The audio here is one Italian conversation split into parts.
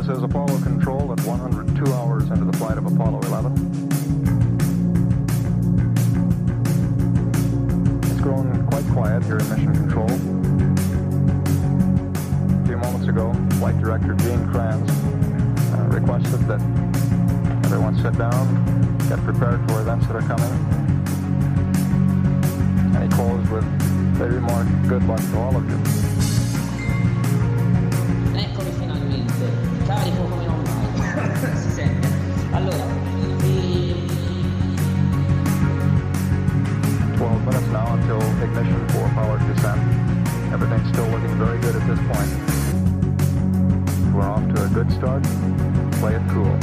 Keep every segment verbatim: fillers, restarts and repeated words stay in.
This is Apollo Control at one hundred two hours into the flight of Apollo eleven. It's grown quite quiet here in Mission Control. A few moments ago, Flight Director Gene Kranz uh, requested that everyone sit down, get prepared for events that are coming. And he closed with the remark, good luck to all of you. Eccomi finalmente, carico come non mai, si sente. Allora, e... twelve minutes now until ignition for powered descent. Everything's still looking very good at this point. We're off to a good start. Play it cool.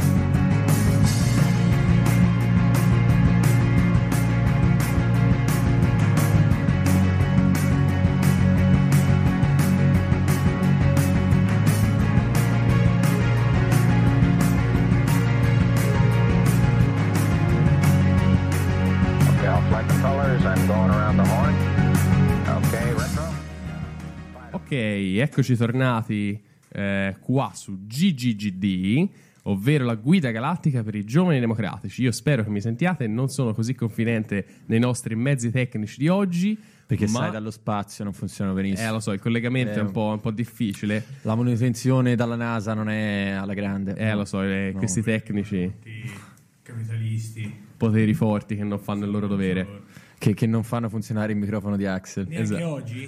Ok, eccoci tornati eh, qua su G G G D, ovvero la guida galattica per i giovani democratici. Io spero che mi sentiate, non sono così confidente nei nostri mezzi tecnici di oggi. Perché ma... sai, dallo spazio non funziona benissimo. Eh, lo so, il collegamento eh, è un po', un po' difficile. La manutenzione dalla NASA non è alla grande. Eh, no. Lo so, eh, no. questi tecnici... Capitalisti. Poteri forti che non fanno il loro dovere. Che, che non fanno funzionare il microfono di Axel. Neanche Esatto. oggi?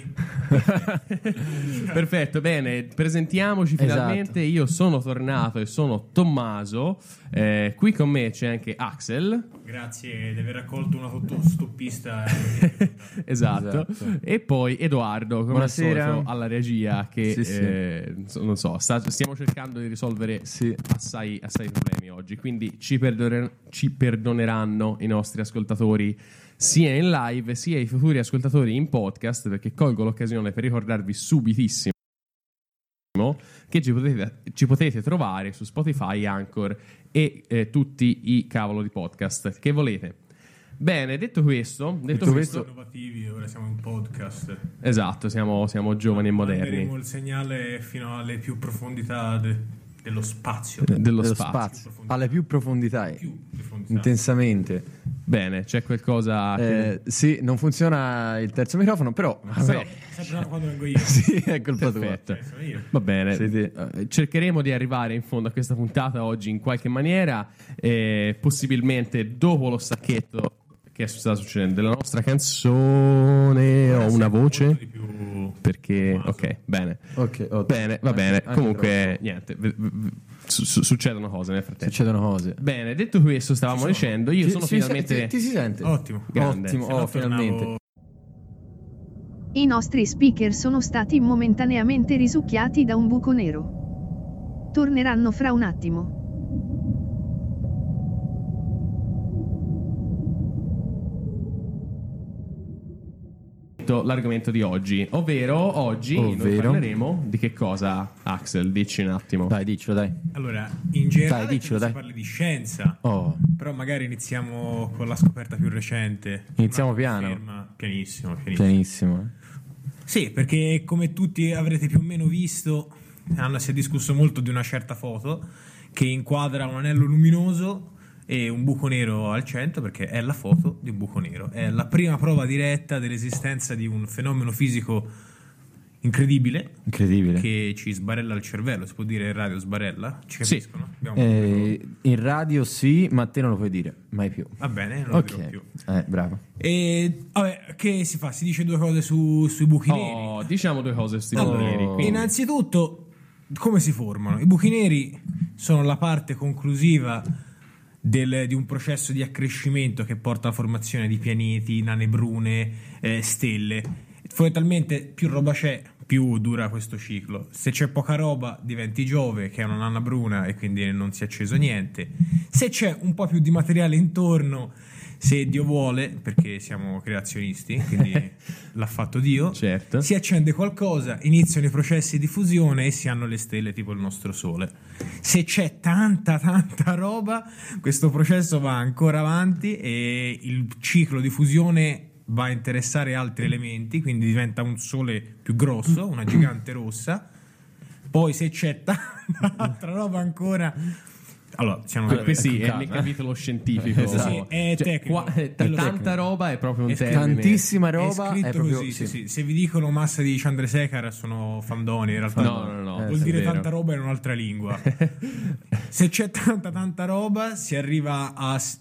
Perfetto, bene, presentiamoci finalmente. Esatto. Io sono tornato e sono Tommaso. Eh, qui con me c'è anche Axel. Grazie di aver raccolto una autostoppista. esatto. Esatto. E poi Edoardo, come Buonasera. al solito, alla regia che Sì, sì. eh, non so, sta, stiamo cercando di risolvere Sì. assai, assai problemi oggi. Quindi ci, perdone- ci perdoneranno i nostri ascoltatori sia in live sia i futuri ascoltatori in podcast, perché colgo l'occasione per ricordarvi subitissimo che ci potete, ci potete trovare su Spotify, Anchor e eh, tutti i cavolo di podcast che volete. Bene, detto questo, detto Detto questo, Sono innovativi, ora siamo in podcast. esatto, siamo, siamo giovani e moderni. Manderemo il segnale fino alle più profondità de- dello spazio. dello, Dello spazio. spazio. Alle più profondità. eh. Più profondità. Intensamente. Bene, c'è qualcosa che... Eh, sì, non funziona il terzo microfono, però... però- Sempre quando vengo io. sì, è colpa tua. Perfetto. Eh, sono io. Va bene, Sì, sì. Eh, cercheremo di arrivare in fondo a questa puntata oggi in qualche maniera, eh, possibilmente dopo lo stacchetto che sta succedendo della nostra canzone. Ho una voce Molto di più. perché ok, bene. Ok, ottimo. Bene, va Anche- bene. anche Comunque troppo. niente, v- v- su- su- succedono cose nel frattempo. Succedono cose. Bene, detto questo, stavamo dicendo, io Ti- sono si- finalmente ti, ti si sente? Ottimo. grande. Ottimo, Se oh, no finalmente. tornavo- I nostri speaker sono stati momentaneamente risucchiati da un buco nero. Torneranno fra un attimo. l'argomento di oggi, ovvero oggi noi Ovvero? parleremo di che cosa, Axel? Dici un attimo. Dai, diccelo, dai. Allora, in generale Dai, diccelo, si dai. parli di scienza, Oh, però magari iniziamo con la scoperta più recente. Iniziamo Una piano. conferma. Pianissimo, pianissimo. pianissimo. eh. Sì, perché come tutti avrete più o meno visto, hanno, si è discusso molto di una certa foto che inquadra un anello luminoso e un buco nero al centro, perché è la foto di un buco nero. È la prima prova diretta dell'esistenza di un fenomeno fisico incredibile Incredibile. che ci sbarella il cervello. Si può dire in radio sbarella? Ci Sì. capiscono? Abbiamo Eh, in radio sì, ma te non lo puoi dire, mai più. Va bene, non lo dirò Ok, più. eh, bravo. E vabbè, che si fa? Si dice due cose su, sui buchi neri. Oh, diciamo due cose sti Allora, buchi neri, quindi- innanzitutto, come si formano? I buchi neri sono la parte conclusiva del- di un processo di accrescimento che porta alla formazione di pianeti, nane brune, eh, stelle. Fondamentalmente, più roba c'è, più dura questo ciclo. Se c'è poca roba, diventi Giove, che è una nana bruna e quindi non si è acceso niente. Se c'è un po' più di materiale intorno, se Dio vuole, perché siamo creazionisti, quindi l'ha fatto Dio, Certo. si accende qualcosa, iniziano i processi di fusione e si hanno le stelle tipo il nostro Sole. Se c'è tanta tanta roba, questo processo va ancora avanti e il ciclo di fusione va a interessare altri elementi, quindi diventa un Sole più grosso, una gigante rossa. Poi se c'è tanta roba ancora, allora siamo Ah, questo sì, è calma, il eh. capitolo scientifico. Esatto. Sì, è Cioè, tecnico. qua- eh, È tanta tecnico. roba è proprio un È termine. Tantissima è roba scritto è proprio così, sì, sì. sì. Se vi dicono massa di Chandrasekhar sono fandoni, in realtà No, no, no, vuol è dire vero. tanta roba in un'altra lingua. Se c'è tanta tanta roba si arriva a s-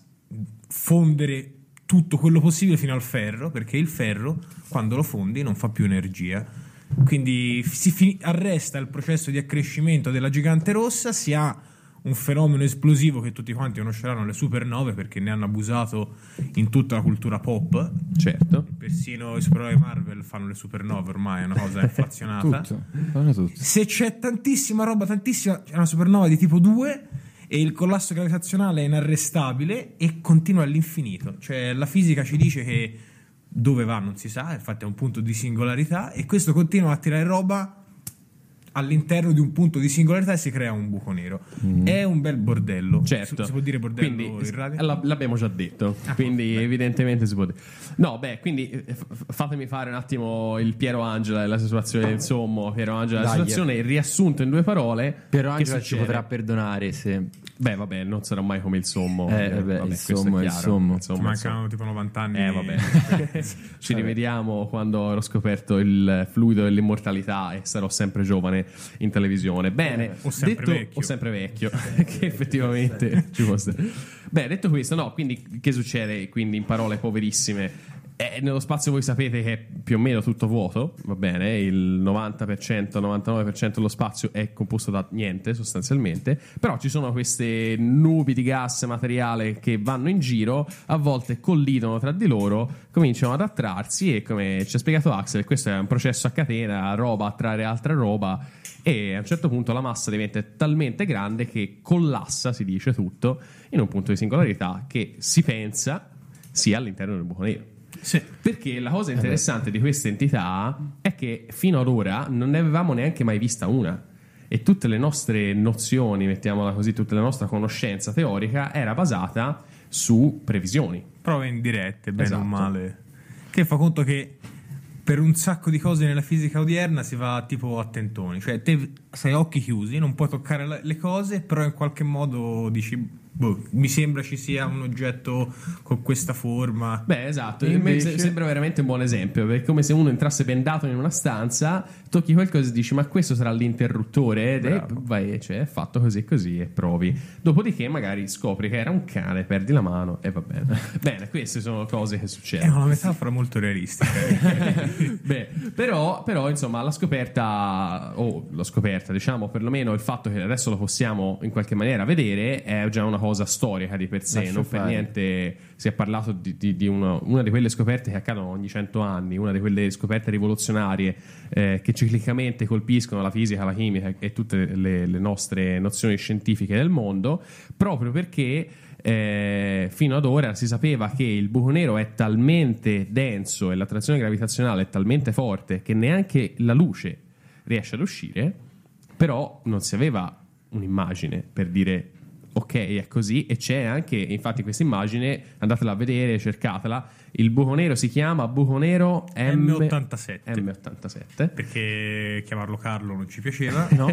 fondere tutto quello possibile fino al ferro, perché il ferro quando lo fondi non fa più energia, quindi si fi- arresta il processo di accrescimento della gigante rossa, si ha un fenomeno esplosivo che tutti quanti conosceranno, le supernove, perché ne hanno abusato in tutta la cultura pop. Certo. Persino i supereroi Marvel fanno le supernove ormai, è una cosa inflazionata. Tutto, fanno tutto. Se c'è tantissima roba, tantissima, c'è una supernova di tipo due e il collasso gravitazionale è inarrestabile e continua all'infinito. Cioè la fisica ci dice che dove va non si sa, infatti è un punto di singolarità e questo continua a tirare roba all'interno di un punto di singolarità e si crea un buco nero. È un bel bordello. Certo. Si, si può dire bordello Quindi, in radio? l- l'abbiamo già detto, quindi evidentemente si può dire. No, beh, quindi eh, f- fatemi fare un attimo il Piero Angela della situazione, insomma, Piero Angela della Dai, situazione, riassunto in due parole. Però che Angela ci succede? potrà perdonare se Beh, vabbè, non sarà mai come il sommo. Eh, vabbè, il questo sommo è il chiaro. sommo. Ci il mancano tipo novanta anni. Eh, vabbè. Ci rivediamo quando avrò scoperto il fluido dell'immortalità e sarò sempre giovane in televisione. Bene, O sempre detto, vecchio. o sempre vecchio, che effettivamente ci può stare. Beh, detto questo, no, quindi che succede? Quindi in parole poverissime. Eh, nello spazio voi sapete che è più o meno tutto vuoto, va bene, il novanta per cento, novantanove per cento dello spazio è composto da niente sostanzialmente, però ci sono queste nubi di gas materiale che vanno in giro, a volte collidono tra di loro, cominciano ad attrarsi e come ci ha spiegato Axel, questo è un processo a catena, roba attrarre altra roba e a un certo punto la massa diventa talmente grande che collassa, si dice tutto, in un punto di singolarità che si pensa sia all'interno del buco nero. Sì. Perché la cosa interessante di questa entità è che fino ad ora non ne avevamo neanche mai vista una e tutte le nostre nozioni, mettiamola così, tutta la nostra conoscenza teorica era basata su previsioni. Prove indirette, bene Esatto. o male. Che fa conto che per un sacco di cose nella fisica odierna si va tipo a tentoni. Cioè te sei a occhi chiusi, non puoi toccare la- le cose, però in qualche modo dici... Boh, mi sembra ci sia un oggetto con questa forma. Beh, esatto, E mi invece- se- sembra veramente un buon esempio, perché è come se uno entrasse bendato in una stanza, tocchi qualcosa e dici ma questo sarà l'interruttore ed è, Bravo. vai, cioè, è fatto così e così e provi. Dopodiché magari scopri che era un cane, perdi la mano e va bene. Bene, queste sono cose che È succedono. una metafora molto realistica. Beh, però, però, insomma, la scoperta, o la scoperta, diciamo, perlomeno il fatto che adesso lo possiamo in qualche maniera vedere è già una cosa storica di per sé. Lascia non per fare. niente si è parlato di, di- di una, una di quelle scoperte che accadono ogni cento anni, una di quelle scoperte rivoluzionarie eh, che ciclicamente colpiscono la fisica, la chimica e tutte le, le nostre nozioni scientifiche del mondo, proprio perché eh, fino ad ora si sapeva che il buco nero è talmente denso e l'attrazione gravitazionale è talmente forte che neanche la luce riesce ad uscire, però non si aveva un'immagine per dire ok, è così, e c'è anche infatti questa immagine, andatela a vedere, cercatela, il buco nero si chiama buco nero M- M ottantasette. M ottantasette. Perché chiamarlo Carlo non ci piaceva. no?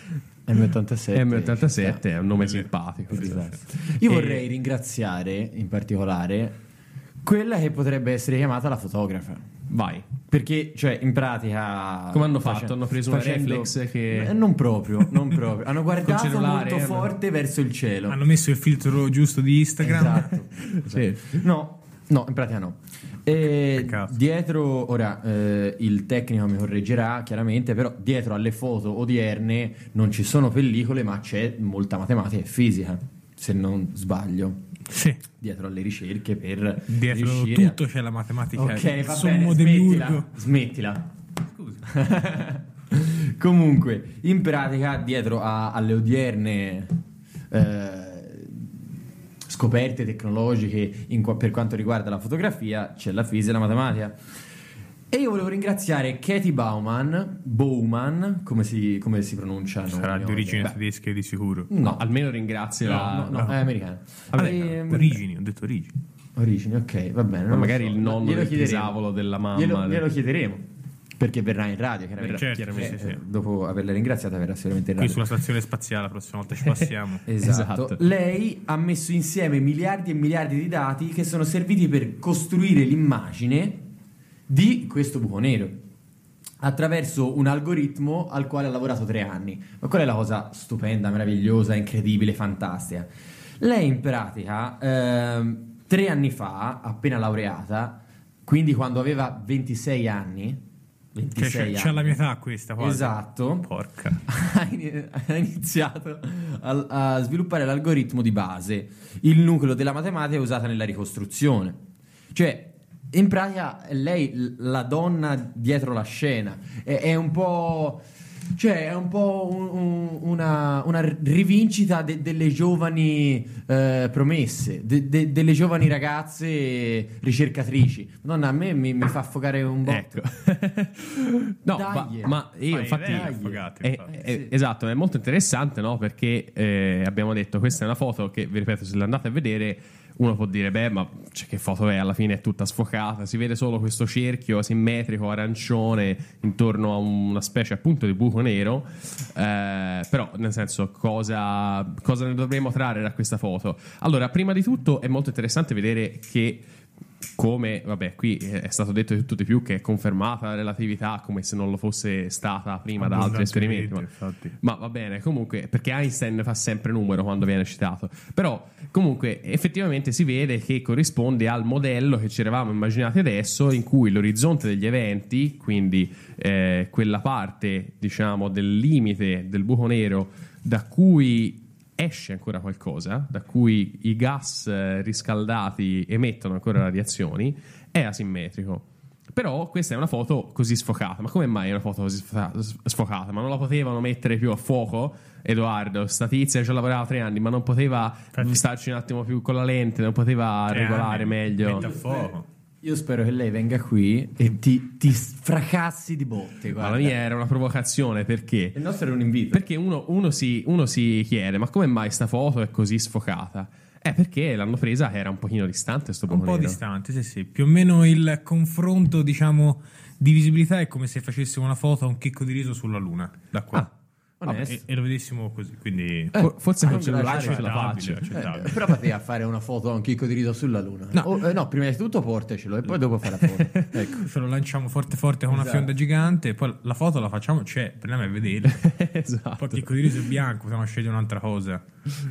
M ottantasette. M ottantasette è un nome Belle- simpatico. Esatto. Io E- vorrei ringraziare in particolare quella che potrebbe essere chiamata la fotografa. Vai. Perché, cioè, in pratica. Come hanno face- fatto? Hanno preso una reflex che- Eh, non proprio, non proprio. Hanno guardato cellulare, molto eh, forte verso il cielo. Hanno messo il filtro giusto di Instagram. Esatto. Sì. No, no, in pratica no. E Peccato. dietro, ora eh, il tecnico mi correggerà chiaramente, però dietro alle foto odierne non ci sono pellicole, ma c'è molta matematica e fisica, se non sbaglio. Sì. Dietro alle ricerche per Dietro riuscire a- tutto c'è la matematica. Ok, il va sommo bene, smettila, demiurgo. smettila. Scusa. Comunque, in pratica, dietro a- alle odierne eh, scoperte tecnologiche in qua- per quanto riguarda la fotografia, c'è la fisica e la matematica. E io volevo ringraziare Katie Bauman, Bowman, come si, come si pronuncia? Sarà No, di origini beh, tedesche di sicuro. No, almeno ringrazio la... No, no, è americana. Vabbè, Ehm, origini, ho detto origini. Origini, ok, va bene. Ma non lo magari so. il nonno Glielo del chiederemo. pisavolo della mamma. Glielo, glielo chiederemo. perché verrà in radio, chiaramente. Certo, chiaramente, sì, sì, sì. Eh, dopo averla ringraziata verrà sicuramente in Qui radio. sulla stazione spaziale la prossima volta ci passiamo. Esatto. Esatto. Lei ha messo insieme miliardi e miliardi di dati che sono serviti per costruire l'immagine di questo buco nero attraverso un algoritmo al quale ha lavorato tre anni. Ma qual è la cosa stupenda, meravigliosa, incredibile, fantastica? Lei in pratica ehm, tre anni fa, appena laureata, quindi quando aveva ventisei anni, Cioè, ventisei c'è, anni, c'è la mia età questa quasi. esatto, Porca. ha ini- ha iniziato a, a sviluppare l'algoritmo di base, il nucleo della matematica usata nella ricostruzione. Cioè, in pratica, è lei l- la donna dietro la scena. È, è un po'. Cioè, è un po' un- un- una, una rivincita de- delle giovani eh, promesse, de- de- delle giovani ragazze ricercatrici. Madonna, a me mi, mi fa affogare un botto. Ecco. No, ma, Dai. ma io Fai infatti idea, affogate, è- infatti. è- Sì. esatto, è molto interessante, no? Perché eh, abbiamo detto questa è una foto che, vi ripeto, se l'andate a vedere uno può dire beh, ma cioè, che foto è? Alla fine è tutta sfocata, si vede solo questo cerchio asimmetrico arancione intorno a una specie appunto di buco nero, eh, però nel senso cosa, cosa ne dovremmo trarre da questa foto? Allora, prima di tutto è molto interessante vedere che come, vabbè, qui è stato detto di tutto di più che è confermata la relatività come se non lo fosse stata prima da altri esperimenti, ma, Infatti. ma va bene, comunque, perché Einstein fa sempre numero quando viene citato, però comunque effettivamente si vede che corrisponde al modello che ci eravamo immaginati adesso, in cui l'orizzonte degli eventi, quindi eh, quella parte, diciamo, del limite del buco nero da cui esce ancora qualcosa, da cui i gas eh, riscaldati emettono ancora radiazioni, è asimmetrico. Però questa è una foto così sfocata. Ma come mai è una foto così sfocata? sfocata? Ma non la potevano mettere più a fuoco? Edoardo, sta tizia ci lavorava tre anni, ma non poteva Infatti- starci un attimo più con la lente, non poteva Tre regolare anni, meglio. mette a fuoco. Io spero che lei venga qui e ti, ti fracassi di botte. Ma Guarda. la mia era una provocazione, perché? Il nostro era un invito. Perché uno, uno si, uno si chiede, ma come mai sta foto è così sfocata? Eh, perché l'hanno presa che era un pochino distante sto Un buco po' nero. distante, sì, sì. Più o meno il confronto, diciamo, di visibilità è come se facessimo una foto a un chicco di riso sulla luna. Da qua. Ah, Vabbè, onesto. e, e lo vedessimo così, quindi... For- forse ah, col non me la cellulare lasci ce la faccio. accettabile, Eh, accettabile. provate a fare una foto a un chicco di riso sulla luna. No. Oh, eh, no, prima di tutto portacelo e poi dopo fai la foto. Ecco. Ce lo lanciamo forte forte con una Esatto. fionda gigante, poi la foto la facciamo, c'è, prendiamo e vedere. Esatto. Poi il chicco di riso è bianco, possiamo scegliere un'altra cosa.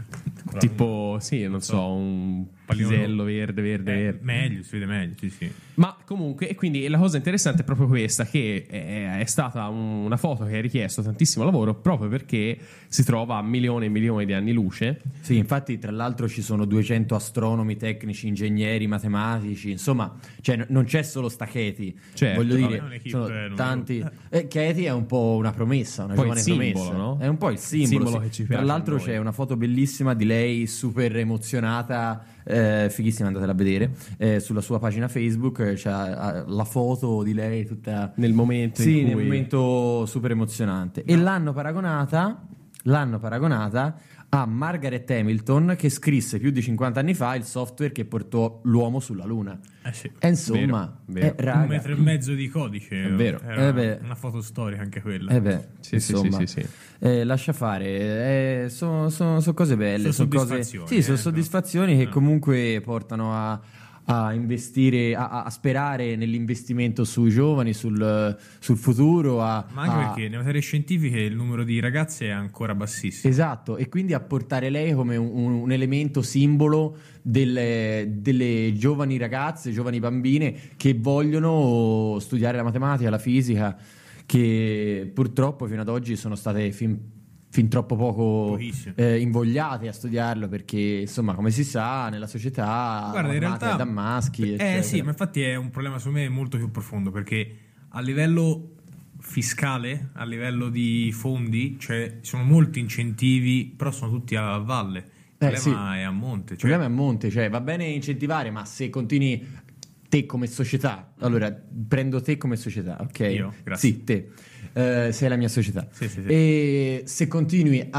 Tipo, sì, non so, un Pallino- pisello verde, verde, Eh, verde. meglio, si vede meglio, sì, sì. Ma comunque, e quindi la cosa interessante è proprio questa, che è, è stata un- una foto che ha richiesto tantissimo lavoro proprio perché si trova a milioni e milioni di anni luce. Sì, infatti tra l'altro ci sono duecento astronomi, tecnici, ingegneri, matematici, insomma, cioè, n- non c'è solo sta Katie. Certo, Voglio vabbè, dire, è un'equipe sono numerosa. tanti. Eh, Katie è un po' una promessa, una Poi giovane il simbolo, promessa. no? È un po' il simbolo. simbolo sì. che ci Tra piace l'altro a noi. c'è una foto bellissima di lei super emozionata, eh, fighissima, andatela a vedere, eh, sulla sua pagina Facebook, eh, c'è eh, la foto di lei tutta Nel momento sì, in nel cui momento super emozionante. E l'hanno paragonata, l'hanno paragonata a Margaret Hamilton, che scrisse più di cinquanta anni fa il software che portò l'uomo sulla Luna. Eh sì. E insomma, Vero, vero. eh, raga, Un metro e mezzo di codice. È vero. Era Eh beh. una foto storica anche quella. eh beh, Sì, sì, insomma, sì, sì, sì. eh, lascia fare, eh, sono, sono- sono cose belle, Sono sono cose, soddisfazioni, sì, sono eh, soddisfazioni che comunque portano a, a investire, a, a sperare nell'investimento sui giovani, sul, sul futuro. A, Ma anche a- perché nelle materie scientifiche il numero di ragazze è ancora bassissimo. Esatto, e quindi a portare lei come un, un- un elemento simbolo delle, delle giovani ragazze, giovani bambine che vogliono studiare la matematica, la fisica, che purtroppo fino ad oggi sono state fin, fin troppo poco Pochissime. eh, invogliate a studiarlo, perché insomma, come si sa, nella società Guarda, la in matematica realtà è da maschi. Eh eccetera. sì, ma infatti è un problema secondo me molto più profondo, perché a livello fiscale, a livello di fondi, cioè ci sono molti incentivi, però sono tutti a valle. Il Eh, problema è a monte, Il cioè problema è a monte, cioè va bene incentivare, ma se continui te come società, allora prendo te come società, ok? Io? Grazie. Sì, te. Eh, sei la mia società. Sì, sì, sì. E se continui a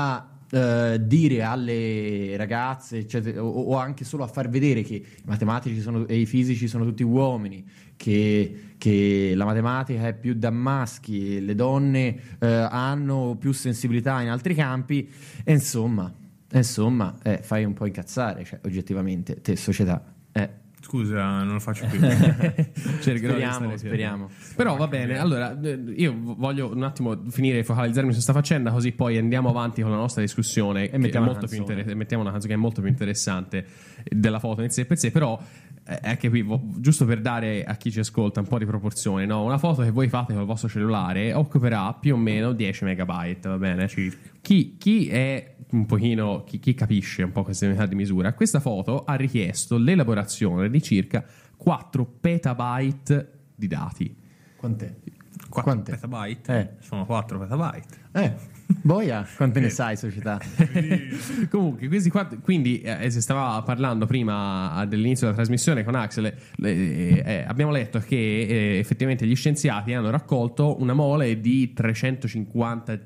eh, dire alle ragazze, eccetera, o, o anche solo a far vedere che i matematici sono, e i fisici sono tutti uomini, che, che la matematica è più da maschi, le donne eh, hanno più sensibilità in altri campi, e insomma, insomma eh, fai un po' incazzare, cioè, oggettivamente, te società. Eh. Scusa, non lo faccio più. Speriamo, speriamo. Però va bene, allora io voglio un attimo finire di focalizzarmi su questa faccenda, così poi andiamo avanti con la nostra discussione, e mettiamo, è molto più inter- mettiamo una canzone che è molto più interessante della foto in sé per sé. Però eh, anche qui, giusto per dare a chi ci ascolta un po' di proporzione, no? Una foto che voi fate col vostro cellulare occuperà più o meno dieci megabyte, va bene? Chi, chi è un pochino, chi, chi capisce un po' queste unità di misura, questa foto ha richiesto l'elaborazione di circa quattro petabyte di dati. Quant'è? quattro Quant'è? petabyte? Eh. Sono quattro petabyte. Eh, boia, quante ne sai, società? Comunque, questi qua, quindi eh, si stava parlando prima dell'inizio della trasmissione con Axel, eh, eh, abbiamo letto che eh, effettivamente gli scienziati hanno raccolto una mole di trecentocinquanta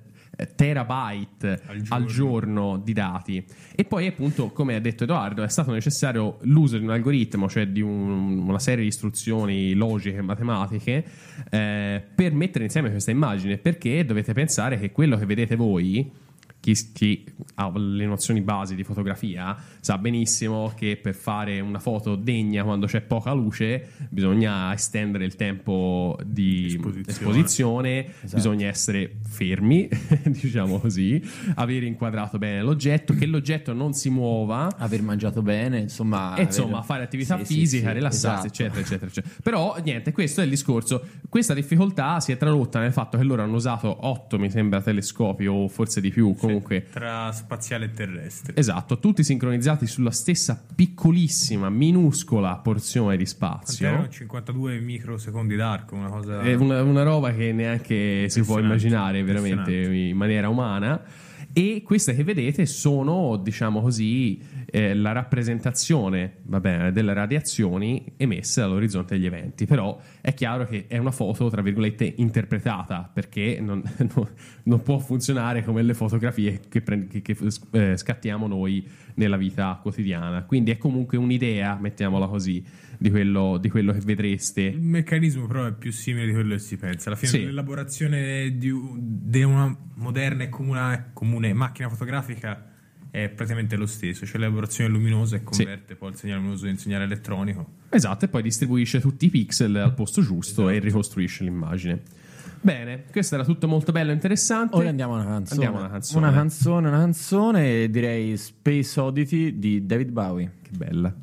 terabyte al giorno. al giorno di dati, e poi appunto, come ha detto Edoardo, è stato necessario l'uso di un algoritmo, cioè di un, una serie di istruzioni logiche e matematiche eh, per mettere insieme questa immagine, perché dovete pensare che quello che vedete voi, chi, chi ha le nozioni basi di fotografia sa benissimo che per fare una foto degna quando c'è poca luce bisogna estendere il tempo di esposizione, esposizione esatto. Bisogna essere fermi diciamo così, aver inquadrato bene l'oggetto, che l'oggetto non si muova, aver mangiato bene, insomma, e, insomma aver... fare attività sì, fisica, sì, sì, rilassarsi, esatto. eccetera, eccetera, eccetera. Però niente, questo è il discorso. Questa difficoltà si è tradotta nel fatto che loro hanno usato otto, mi sembra, telescopi, o forse di più, comunque tra spaziale e terrestre. Esatto, tutti sincronizzati sulla stessa piccolissima, minuscola porzione di spazio. Erano cinquantadue microsecondi d'arco, una cosa. È una, una roba che neanche si può immaginare veramente in maniera umana. E queste che vedete sono, diciamo così, eh, la rappresentazione, va bene, delle radiazioni emesse dall'orizzonte degli eventi. Però è chiaro che è una foto, tra virgolette, interpretata, perché non, non, non può funzionare come le fotografie che, prend- che, che eh, scattiamo noi nella vita quotidiana. Quindi è comunque un'idea, mettiamola così, di quello, di quello che vedreste. Il meccanismo però è più simile di quello che si pensa. Alla fine sì. L'elaborazione di, di una moderna e comune, comune macchina fotografica è praticamente lo stesso, cioè l'elaborazione luminosa e converte sì. poi il segnale luminoso in segnale elettronico. Esatto, e poi distribuisce tutti i pixel al posto giusto, esatto. E ricostruisce l'immagine. Bene, questo era tutto molto bello e interessante. Ora andiamo a una canzone. Andiamo a una canzone. Una canzone, una canzone, direi Space Oddity di David Bowie. Che bella.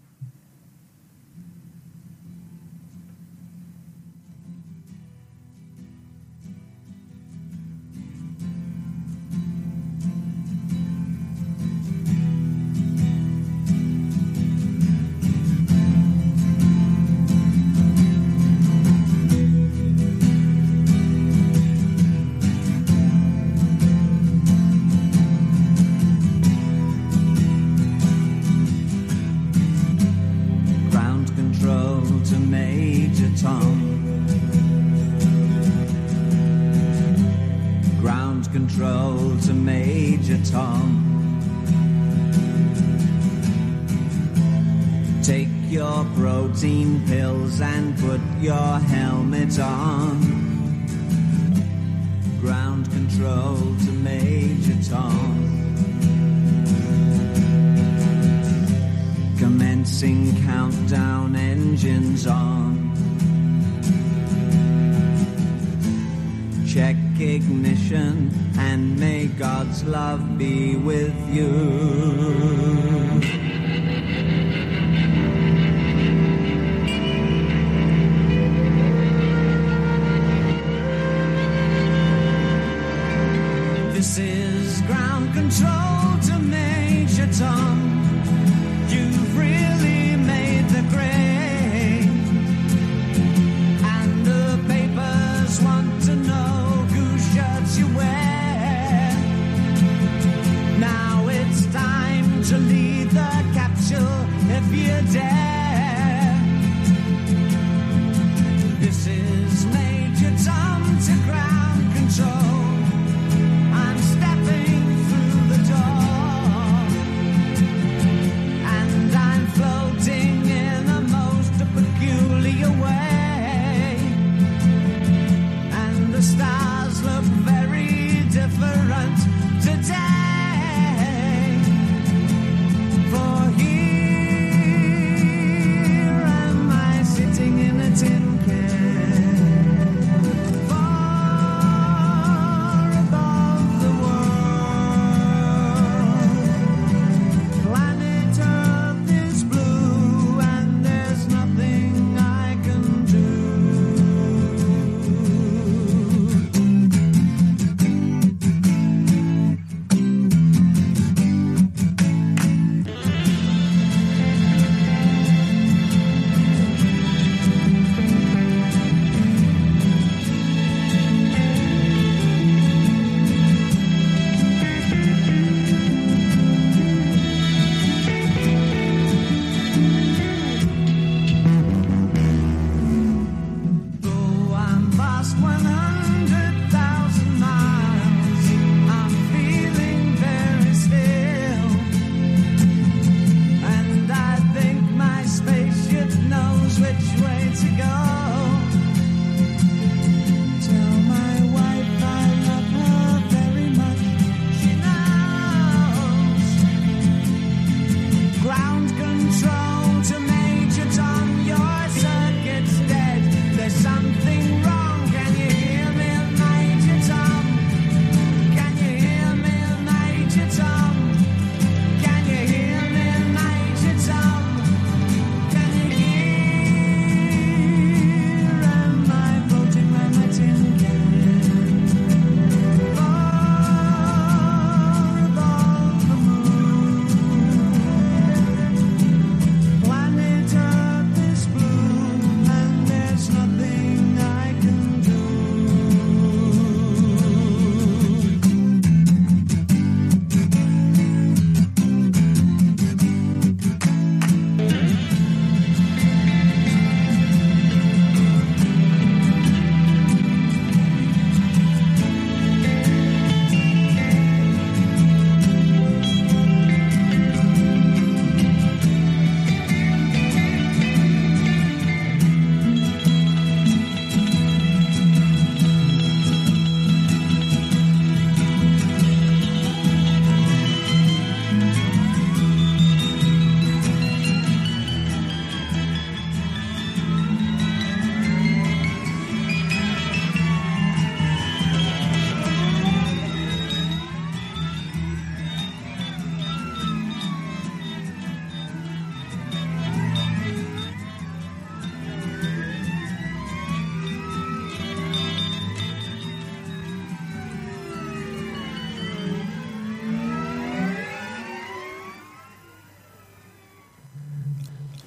Control to Major Tom. Take your protein pills and put your helmet on. Ground control to Major Tom. Commencing countdown, engines on. Check ignition and may God's love be with you. This is ground control to Major Tom. You've really made the grade, and the papers want to know whose shirts you wear. Now it's time to lead the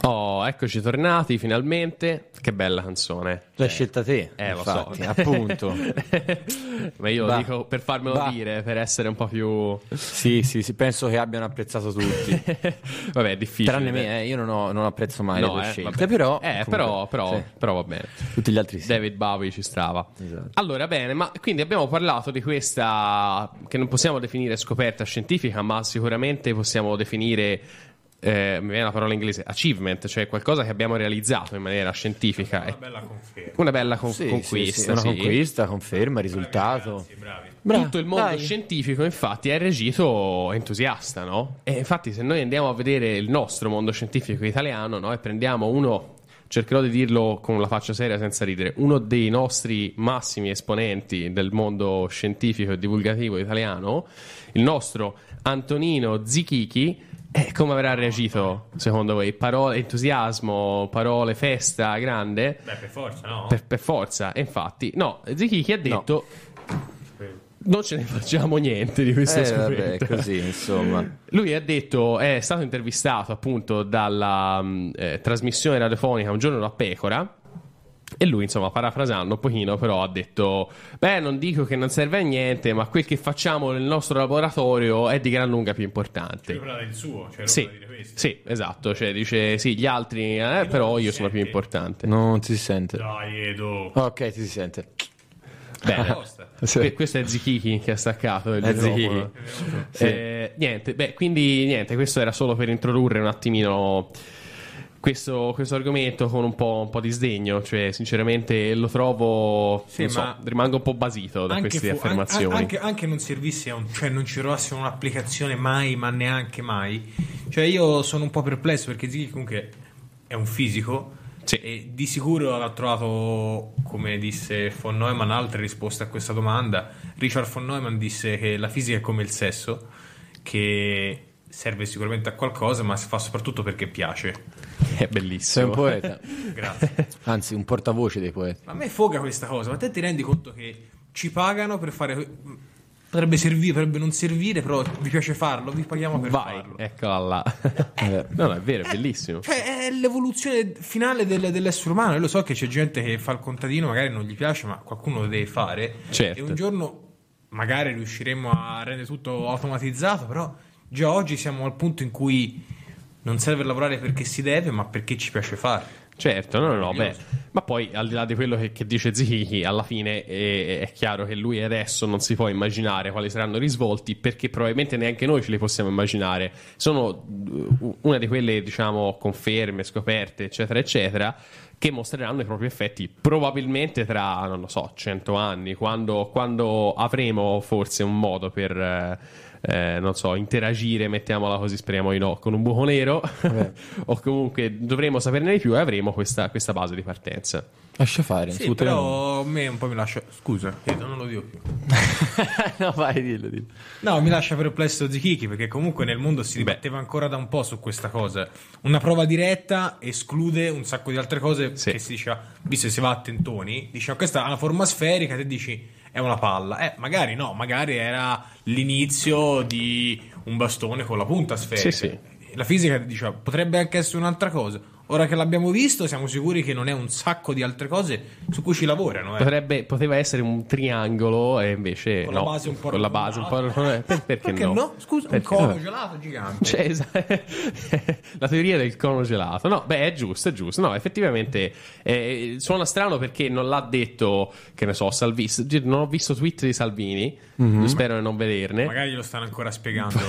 Oh, eccoci tornati finalmente. Che bella canzone. L'hai scelta te. Eh, lo infatti, so. appunto. Ma io lo Bah. dico per farmelo Bah. dire, per essere un po' più... Sì, sì, sì, penso che abbiano apprezzato tutti. Vabbè, è difficile. Tranne me, eh, io non, ho, non apprezzo mai No, le tue eh, scelte. vabbè. Però, Eh, comunque, però, però, sì. però va bene. Tutti gli altri sì. David Bowie ci stava. Esatto. Allora, bene, ma quindi abbiamo parlato di questa che non possiamo definire scoperta scientifica, ma sicuramente possiamo definire, eh, mi viene la parola inglese, achievement, cioè qualcosa che abbiamo realizzato in maniera scientifica. Una È bella conferma. una bella con- Sì, sì, conquista. sì, una sì. conquista, conferma, risultato. Ragazzi, bravi. Bra- Tutto il mondo dai. scientifico, infatti, è reagito entusiasta, no? E infatti, se noi andiamo a vedere il nostro mondo scientifico italiano, no? E prendiamo uno, cercherò di dirlo con la faccia seria senza ridere, uno dei nostri massimi esponenti del mondo scientifico e divulgativo italiano, il nostro Antonino Zichichi. Eh, come avrà reagito, secondo voi? Parole, entusiasmo, parole, festa, grande? Beh, per forza, no? Per, per forza, e infatti, no, Zichichi ha detto... Non ce ne facciamo niente di questo Eh, scoperta. vabbè, così, insomma. Lui ha detto, è stato intervistato appunto dalla mh, eh, trasmissione radiofonica Un giorno da pecora. E lui, insomma, parafrasando un pochino, però ha detto: beh, non dico che non serve a niente, ma quel che facciamo nel nostro laboratorio è di gran lunga più importante. Lui parla del suo, cioè Sì, lui dire questo. sì, esatto. Cioè, dice sì, gli altri, eh, però io sono più sente. importante. Non si sente. Dai, Edo. Ok, ti si sente. Bene. Basta. Sì. Que- questo è Zichichi che ha staccato il È microfono. Zichichi. Eh, niente, beh, quindi niente, questo era solo per introdurre un attimino questo, questo argomento con un po', un po' di sdegno, cioè sinceramente lo trovo, Sì, non so, ma rimango un po' basito da Anche queste fu- affermazioni. an- anche, anche non servisse, a un- cioè non ci trovasse un'applicazione mai, ma neanche mai. Cioè io sono un po' perplesso perché Ziggy comunque è un fisico. Sì. E di sicuro avrà trovato, come disse von Neumann, altre risposte a questa domanda. Richard von Neumann disse che la fisica è come il sesso, che serve sicuramente a qualcosa, ma si fa soprattutto perché piace. È Sei bellissimo. un poeta. Grazie. Anzi, un portavoce dei poeti. Ma a me foga questa cosa, ma te ti rendi conto che ci pagano per fare... Potrebbe servire, potrebbe non servire, però vi piace farlo, vi paghiamo per Vai, farlo. eccola là. Eh, No, no, è vero, è bellissimo. Cioè, è l'evoluzione finale del- dell'essere umano. Io lo so che c'è gente che fa il contadino, magari non gli piace, ma qualcuno lo deve fare. Certo. E un giorno magari riusciremo a rendere tutto automatizzato, però già oggi siamo al punto in cui non serve lavorare perché si deve, ma perché ci piace fare. Certo, no, no, no, beh, Meraviglioso. ma poi al di là di quello che, che dice Zichichi, alla fine è, è chiaro che lui adesso non si può immaginare quali saranno i risvolti, perché probabilmente neanche noi ce li possiamo immaginare. Sono uh, una di quelle, diciamo, conferme, scoperte, eccetera, eccetera, che mostreranno i propri effetti probabilmente tra, non lo so, cento anni, quando, quando avremo forse un modo per... eh, Eh, non so, interagire, mettiamola così, speriamo di no, con un buco nero o comunque dovremo saperne di più e avremo questa, questa base di partenza. lascia fare. Sì, su, te- però a me un po' mi lascia... Scusa, Edo, non lo dico più. no, vai, dillo, dillo. No, mi lascia perplesso Zichichi, perché comunque nel mondo si dibatteva ancora da un po' su questa cosa. Una prova diretta esclude un sacco di altre cose Sì. che si diceva, visto che si va a tentoni, diceva questa ha una forma sferica, te dici è una palla. Eh, magari no, magari era l'inizio di un bastone con la punta sferica. Sì, sì. La fisica diceva potrebbe anche essere un'altra cosa. Ora che l'abbiamo visto, siamo sicuri che non è un sacco di altre cose su cui ci lavorano. Eh. Potrebbe, poteva essere un triangolo e invece Con la no, base un po' con la base un po' arrotondata. per- perché, Perché no? Scusa, un Perché- cono gelato gigante. Cioè, esa- la teoria del cono gelato. No, beh, è giusto, è giusto. No, effettivamente eh, suona strano perché non l'ha detto, che ne so, Salvini. Non ho visto tweet di Salvini, spero di non vederne. Magari lo stanno ancora spiegando.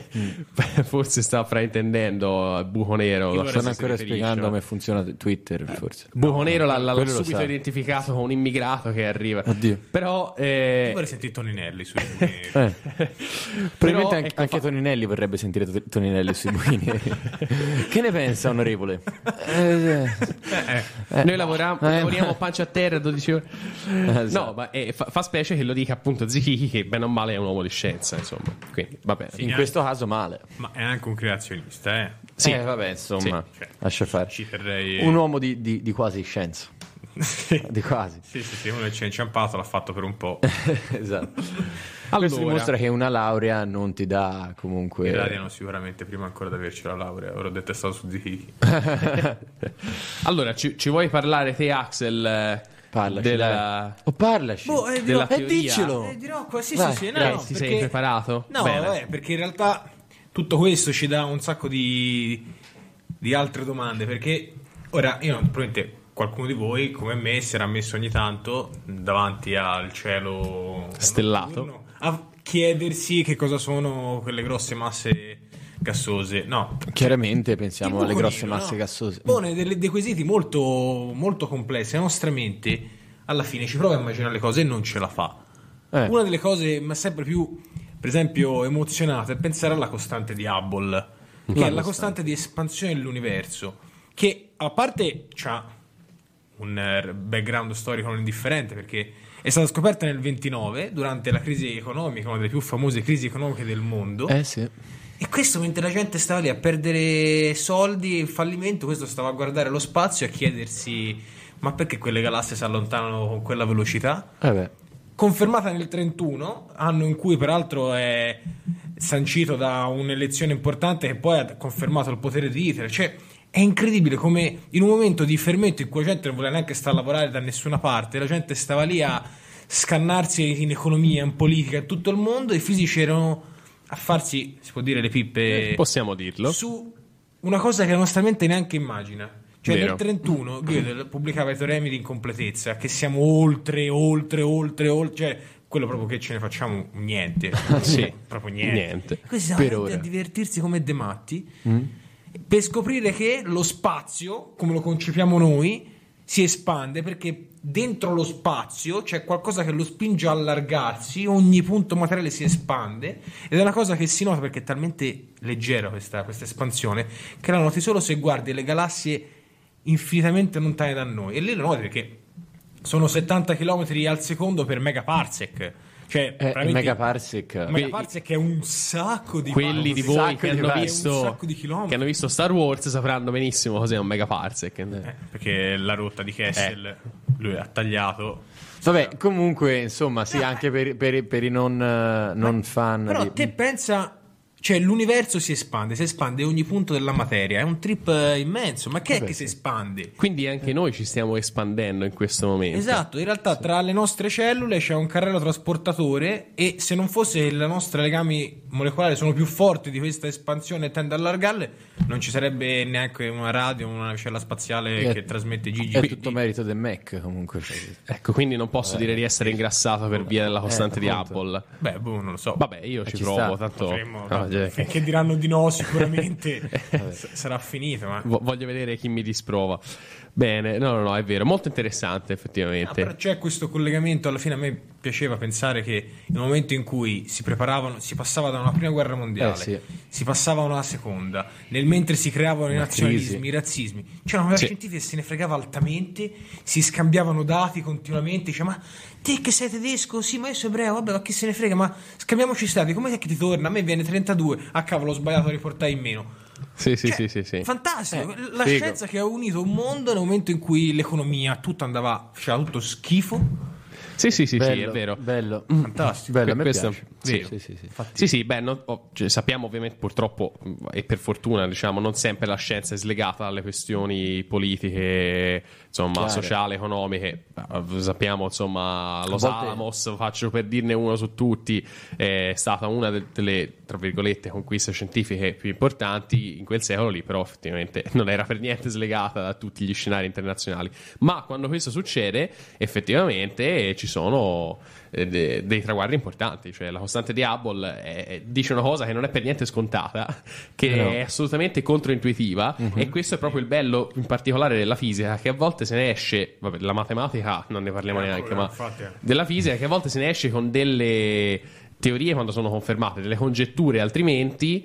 Forse sta fraintendendo il buco nero. Io lo vorrei so Stanno se si ancora riferisce. spiegando come funziona Twitter, forse. Buco nero l'ha, l'ha quello lo subito sa. identificato come un immigrato che arriva. Oddio. Però Io eh, vorrei sentire Toninelli sui Eh. Probabilmente Però, anche, ecco, anche fa- Toninelli vorrebbe sentire To- Toninelli sui buchi neri. Che ne pensa, onorevole? Eh, eh, noi lavoriamo, Eh, lavoriamo pancia a terra dodici ore. Esatto. No, ma eh, fa, fa specie che lo dica appunto Zichichi, che bene o male è un uomo di scienza, insomma. Quindi va bene. In questo caso male. Ma è anche un creazionista, eh. Sì. Eh, vabbè, insomma, Sì, cioè, lascia fare. Ci terrei. Un uomo di, di- di quasi scienza. sì, Di quasi. sì, sì, sì, uno che ci è inciampato l'ha fatto per un po'. Esatto. Questo Allora, dimostra che una laurea non ti dà comunque... Irradiano sicuramente prima ancora di averci la laurea. Ora ho detestato su Ziki. allora ci, ci vuoi parlare te, Axel? eh, Parlaci, della, dai. O parlaci. Boh, eh, della dirò- E teoria? diccelo. Eh, dirò qua, sì, Vai, sì, sì, no, dai, no, ti perché- sei preparato? No, Bene. vabbè, perché in realtà tutto questo ci dà un sacco di, di altre domande. Perché ora, io probabilmente qualcuno di voi, come me, si era messo ogni tanto davanti al cielo Stellato. notturno a chiedersi che cosa sono quelle grosse masse gassose. No, Chiaramente pensiamo il alle buco grosse nero, masse no? gassose. Pone delle- dei quesiti molto, molto complessi. La nostra mente alla fine ci prova a immaginare le cose e non ce la fa. Eh. Una delle cose ma sempre più, per esempio, emozionate è pensare alla costante di Hubble, che è la costante di espansione dell'universo, che a parte c'ha un eh, background storico non indifferente, perché è stata scoperta nel ventinove durante la crisi economica, una delle più famose crisi economiche del mondo. Eh sì. E questo mentre la gente stava lì a perdere soldi, il fallimento, questo stava a guardare lo spazio e a chiedersi: ma perché quelle galassie si allontanano con quella velocità? Eh beh. Confermata nel trentuno, anno in cui peraltro è sancito da un'elezione importante che poi ha confermato il potere di Hitler. Cioè è incredibile come in un momento di fermento in cui la gente non voleva neanche stare a lavorare da nessuna parte, la gente stava lì a scannarsi in economia, in politica, in tutto il mondo, e i fisici erano a farsi, si può dire, le pippe Possiamo dirlo. su una cosa che la nostra mente neanche immagina. Cioè Vero. nel trentuno Gödel pubblicava i teoremi di incompletezza, che siamo oltre, oltre, oltre, oltre, cioè quello proprio che ce ne facciamo niente. Sì, proprio niente. niente. Questi Per sono ora. a divertirsi come dei matti per scoprire che lo spazio, come lo concepiamo noi, si espande, perché dentro lo spazio c'è qualcosa che lo spinge a allargarsi, ogni punto materiale si espande, ed è una cosa che si nota perché è talmente leggera questa, questa espansione che la noti solo se guardi le galassie infinitamente lontane da noi, e lì lo noti perché sono settanta chilometri al secondo per megaparsec. Cioè, Eh, veramente- megaparsec. megaparsec è un sacco di Quelli di passi. voi sacco che di hanno, passi. È un visto, sacco di chilometri. che hanno visto Star Wars sapranno benissimo cos'è un megaparsec. Eh, perché la rotta di Kessel lui ha tagliato. Vabbè, comunque, insomma, sì, anche per, per- per i non, eh, non fan. Però di- te pensa, cioè l'universo si espande, si espande ogni punto della materia, è un trip eh, immenso, ma che è Vabbè, che sì. si espande? Quindi anche noi ci stiamo espandendo in questo momento. Esatto, in realtà tra le nostre cellule c'è un carrello trasportatore, e se non fosse che i nostri legami molecolari sono più forti di questa espansione e tende a allargarle, non ci sarebbe neanche una radio, una navicella spaziale È- che trasmette Gigi. È tutto merito del Mac, comunque. Ecco, quindi non posso dire di essere ingrassato per via della costante di appunto. Apple. Beh, boh, non lo so. Vabbè, io ci, ci provo, sta. tanto Potremmo, no, tanto, cioè, finché diranno di no sicuramente s- sarà finito, ma... vo- voglio vedere chi mi disprova. Bene, no, no, no, è vero, molto interessante No, effettivamente. però c'è questo collegamento. Alla fine a me piaceva pensare che nel momento in cui si preparavano, si passava da una prima guerra mondiale, Eh, sì. si passava a una seconda, nel mentre si creavano i Una nazionalismi, crisi. i razzismi, c'era una Sì. scientifica che se ne fregava altamente, si scambiavano dati continuamente, dice: ma te che sei tedesco? Sì, ma io sono ebreo, vabbè, ma chi se ne frega, ma scambiamoci stati, come è che ti torna? A me viene trentadue, a cavolo, ho sbagliato a riportare in meno. Sì, sì, Cioè, sì, sì, sì. Fantastico, la figo. scienza che ha unito un mondo nel momento in cui l'economia tutto andava, faceva tutto schifo. Sì, sì, sì, sì, Bello, è vero. Bello. Fantastico. Bello, a me Questo- piace. sì. Sì, sì, sì. Sì, sì, beh, non- oh, cioè, sappiamo ovviamente purtroppo mh, e per fortuna, diciamo, non sempre la scienza è slegata dalle questioni politiche, insomma, Chiare. sociali, economiche. Eh, Sappiamo, insomma, Los volte- Alamos, faccio per dirne uno su tutti, è stata una de- delle, tra virgolette, conquiste scientifiche più importanti in quel secolo lì, però effettivamente non era per niente slegata da tutti gli scenari internazionali. Ma quando questo succede, effettivamente ci sono eh, de- dei traguardi importanti, cioè la costante di Hubble è- è- dice una cosa che non è per niente scontata, che No. è assolutamente controintuitiva, e questo è proprio il bello in particolare della fisica, che a volte se ne esce, vabbè, la matematica non ne parliamo neanche, ma infatti, eh. della fisica che a volte se ne esce con delle teorie quando sono confermate, delle congetture altrimenti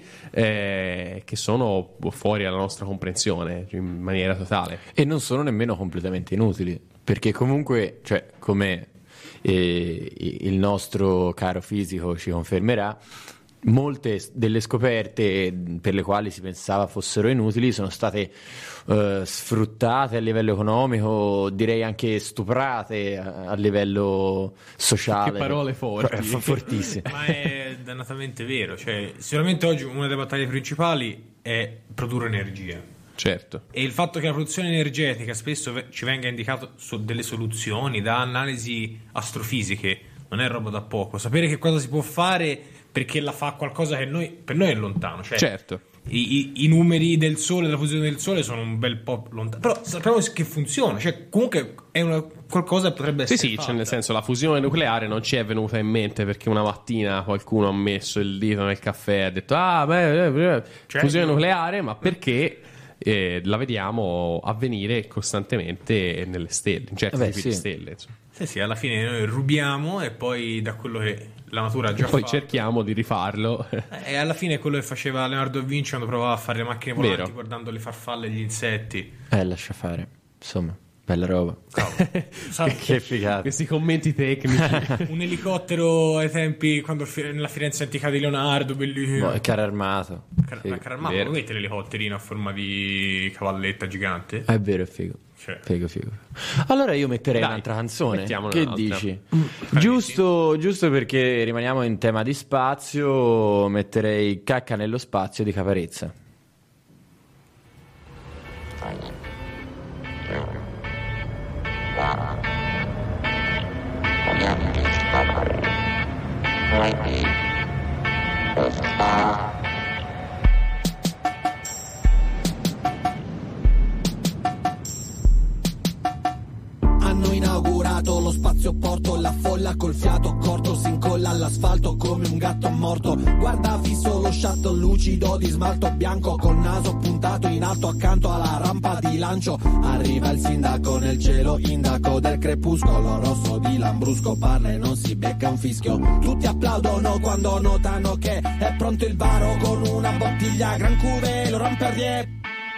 eh, che sono fuori dalla nostra comprensione in maniera totale. E non sono nemmeno completamente inutili, perché comunque, cioè, come eh, il nostro caro fisico ci confermerà, molte s- delle scoperte per le quali si pensava fossero inutili sono state eh, sfruttate a livello economico, direi anche stuprate a, a livello sociale. Che parole forti. Eh, f- fortissime. Ma è dannatamente vero, cioè sicuramente oggi una delle battaglie principali è produrre energia. Certo. E il fatto che la produzione energetica spesso ve- ci venga indicato su delle soluzioni da analisi astrofisiche non è roba da poco. Sapere che cosa si può fare perché la fa qualcosa che noi, per noi è lontano. Cioè, Certo. i, i- i numeri del Sole, della fusione del Sole sono un bel po' lontani. Però sappiamo che funziona. Cioè, comunque è una, qualcosa che potrebbe Sì, essere sì, fatta. cioè nel senso la fusione nucleare non ci è venuta in mente perché una mattina qualcuno ha messo il dito nel caffè e ha detto ah, beh, eh, eh, Cioè, fusione io- nucleare, ma perché eh, la vediamo avvenire costantemente nelle stelle, in certi Vabbè, tipi sì. di stelle, insomma. Sì, sì, alla fine noi rubiamo e poi da quello che la natura ha già E poi fatto. cerchiamo di rifarlo. E alla fine è quello che faceva Leonardo da Vinci quando provava a fare le macchine volanti Vero. guardando le farfalle e gli insetti. Eh, lascia fare. Insomma, bella roba. Sai, Che figata. Questi commenti tecnici. un elicottero ai tempi quando fi- nella Firenze antica di Leonardo, bellissimo. Boh, è carro armato. Car- Figo. ma caramato, vero. lo vedete l'elicotterino a forma di cavalletta gigante? È vero, è figo. Cioè. Figo, figo. Allora io metterei Dai, un'altra canzone. mettiamone Che un'altra. dici? Giusto, giusto perché rimaniamo in tema di spazio, metterei Cacca nello spazio di Caparezza. Hanno inaugurato lo spazioporto, la folla col fiato corto si incolla all'asfalto come un gatto morto. Guarda fisso lo shuttle lucido di smalto bianco col naso puntato in alto accanto alla rampa di lancio. Arriva il sindaco nel cielo indaco del crepuscolo rosso di Lambrusco, parla e non si becca un fischio. Tutti applaudono quando notano che è pronto il varo con una bottiglia Gran Cuvée, lo Ramperrier.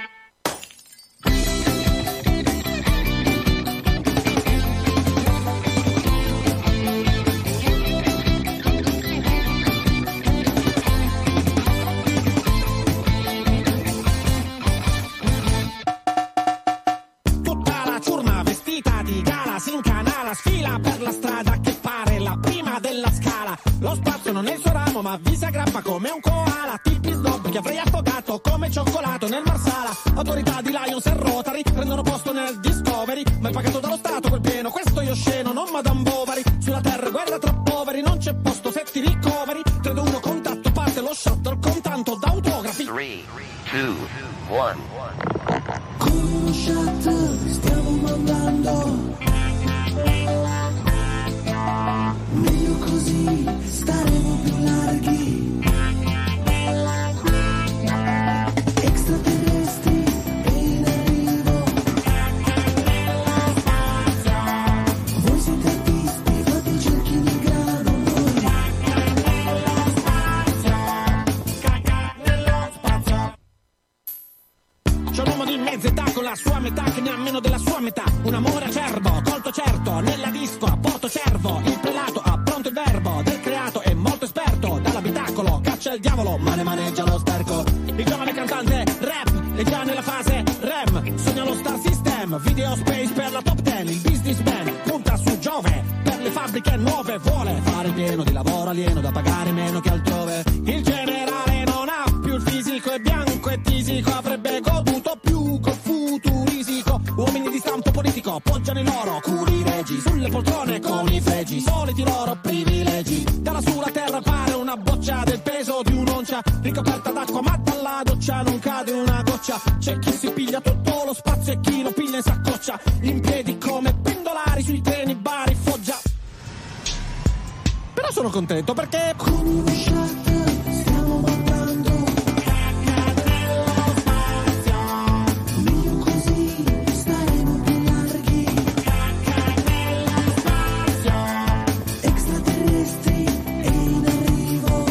Tutta la ciurma vestita di gala si incanala, sfila per la strada che pare la prima della scala. Lo spazio non è il suo ramo ma vi si aggrappa come un koala. Tipi snob che avrei affogato come cioccolato nel Marsala. Autorità di Lions e Rotary prendono posto nel Discovery, ma è pagato dallo Stato quel pieno, questo io sceno, non Madame Bovary. Sulla terra guerra tra poveri, non c'è posto se ti ricoveri. tre due uno contatto, parte lo shuttle con tanto d'autografi. Three, two, one. Con uno shuttle stiamo mandando. Meglio così, staremo più larghi. Extraterrestri e in arrivo. Voi siete artisti, fate i cerchi di grano. Noi caca nello spazio. C'è un uomo di mezza età con la sua metà che ne ha meno della sua metà. Un amore acerbo, colto certo, nella disco a Porto Cervo. Il prelato ha pronto il verbo del creato, è molto esperto. Dall'abitacolo caccia il diavolo, ma ne maneggia lo sterco. Il giovane cantante rap è già nella fase rem. Sogna lo star system, video space per la top ten. Il businessman punta su Giove per le fabbriche nuove. Vuole fare pieno di lavoro alieno da pagare meno che altrove. Il generale non ha più il fisico, è bianco e tisico. Avrebbe goduto più col futurisico. Uomini di stampo politico appoggiano in oro curi regi sulle poltrone con i fregi, soliti loro privilegi. Dalla sulla terra pare una boccia del peso di un'oncia, ricoperta d'acqua ma dalla doccia non cade una goccia. C'è chi si piglia tutto lo spazio e chi lo piglia in saccoccia, in piedi come pendolari sui treni Bari Foggia. Però sono contento perché con uno shuttle stiamo mandando. Meglio così, staremo più larghi. Extraterrestri e in arrivo.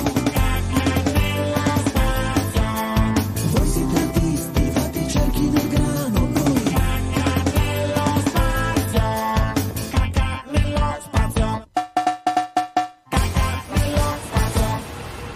Voi siete artisti, fate i cerchi nel grano. Noi caca nello spazio. Caca nello spazio.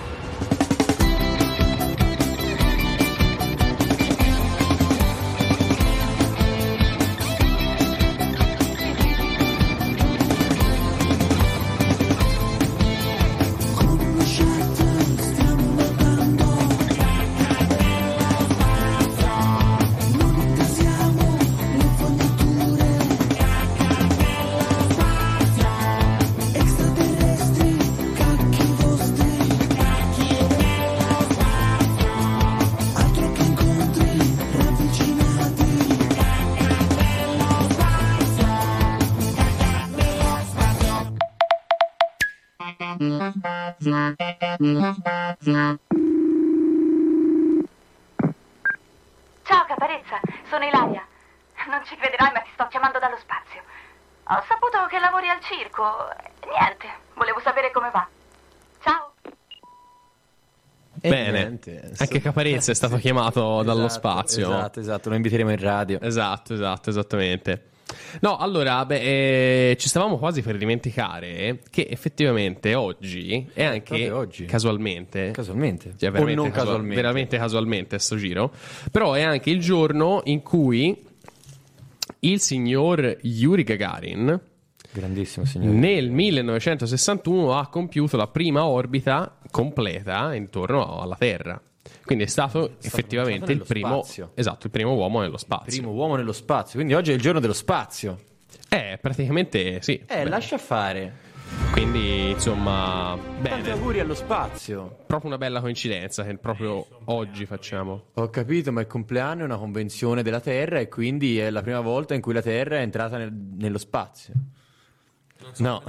Ciao Caparezza, sono Ilaria. Non ci crederai, ma ti sto chiamando dallo spazio. Ho saputo che lavori al circo. Niente, volevo sapere come va. Ciao. Bene, niente, anche Caparezza è stato sì. chiamato dallo Esatto, spazio. Esatto, esatto, lo inviteremo in radio. Esatto, esatto, esattamente. No, allora, beh, eh, ci stavamo quasi per dimenticare che effettivamente oggi è anche proprio oggi. casualmente, Casualmente. cioè O veramente non casual- casualmente. veramente casualmente sto giro, però è anche il giorno in cui il signor Yuri Gagarin, Grandissimo signore. nel millenovecentosessantuno ha compiuto la prima orbita completa intorno alla Terra. Quindi è stato, È stato effettivamente il lanciato nello primo, spazio. esatto, il primo uomo nello spazio. Primo uomo nello spazio, quindi oggi è il giorno dello spazio. Eh, praticamente sì. Eh, Beh, lascia fare. Quindi, insomma, Tanti bene. auguri allo spazio. Proprio una bella coincidenza che proprio oggi facciamo. Ho capito, ma il compleanno è una convenzione della Terra e quindi è la prima volta in cui la Terra è entrata nel- nello spazio. No.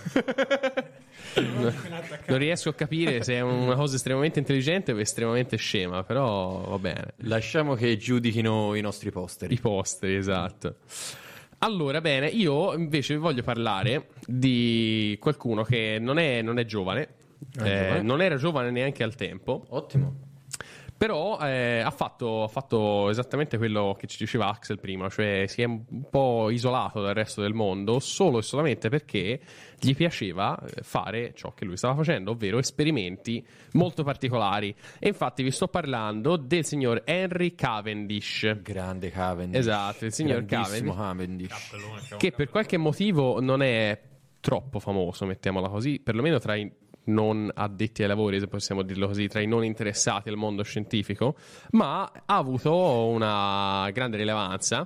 Non riesco a capire se è una cosa estremamente intelligente o estremamente scema, però va bene. Lasciamo che giudichino i nostri posteri. I posteri, esatto. Allora, bene, io invece vi voglio parlare di qualcuno che non è, non è giovane, Ah, eh, giovane? non era giovane neanche al tempo, Ottimo. però eh, ha, fatto, ha fatto esattamente quello che ci diceva Axel prima, cioè si è un po' isolato dal resto del mondo solo e solamente perché gli piaceva fare ciò che lui stava facendo, ovvero esperimenti molto particolari. E infatti vi sto parlando del signor Henry Cavendish. Grande Cavendish. Esatto, il signor Grandissimo Cavendish, Cavendish. che per qualche motivo non è troppo famoso, mettiamola così, perlomeno tra i non addetti ai lavori, se possiamo dirlo così, tra i non interessati al mondo scientifico, ma ha avuto una grande rilevanza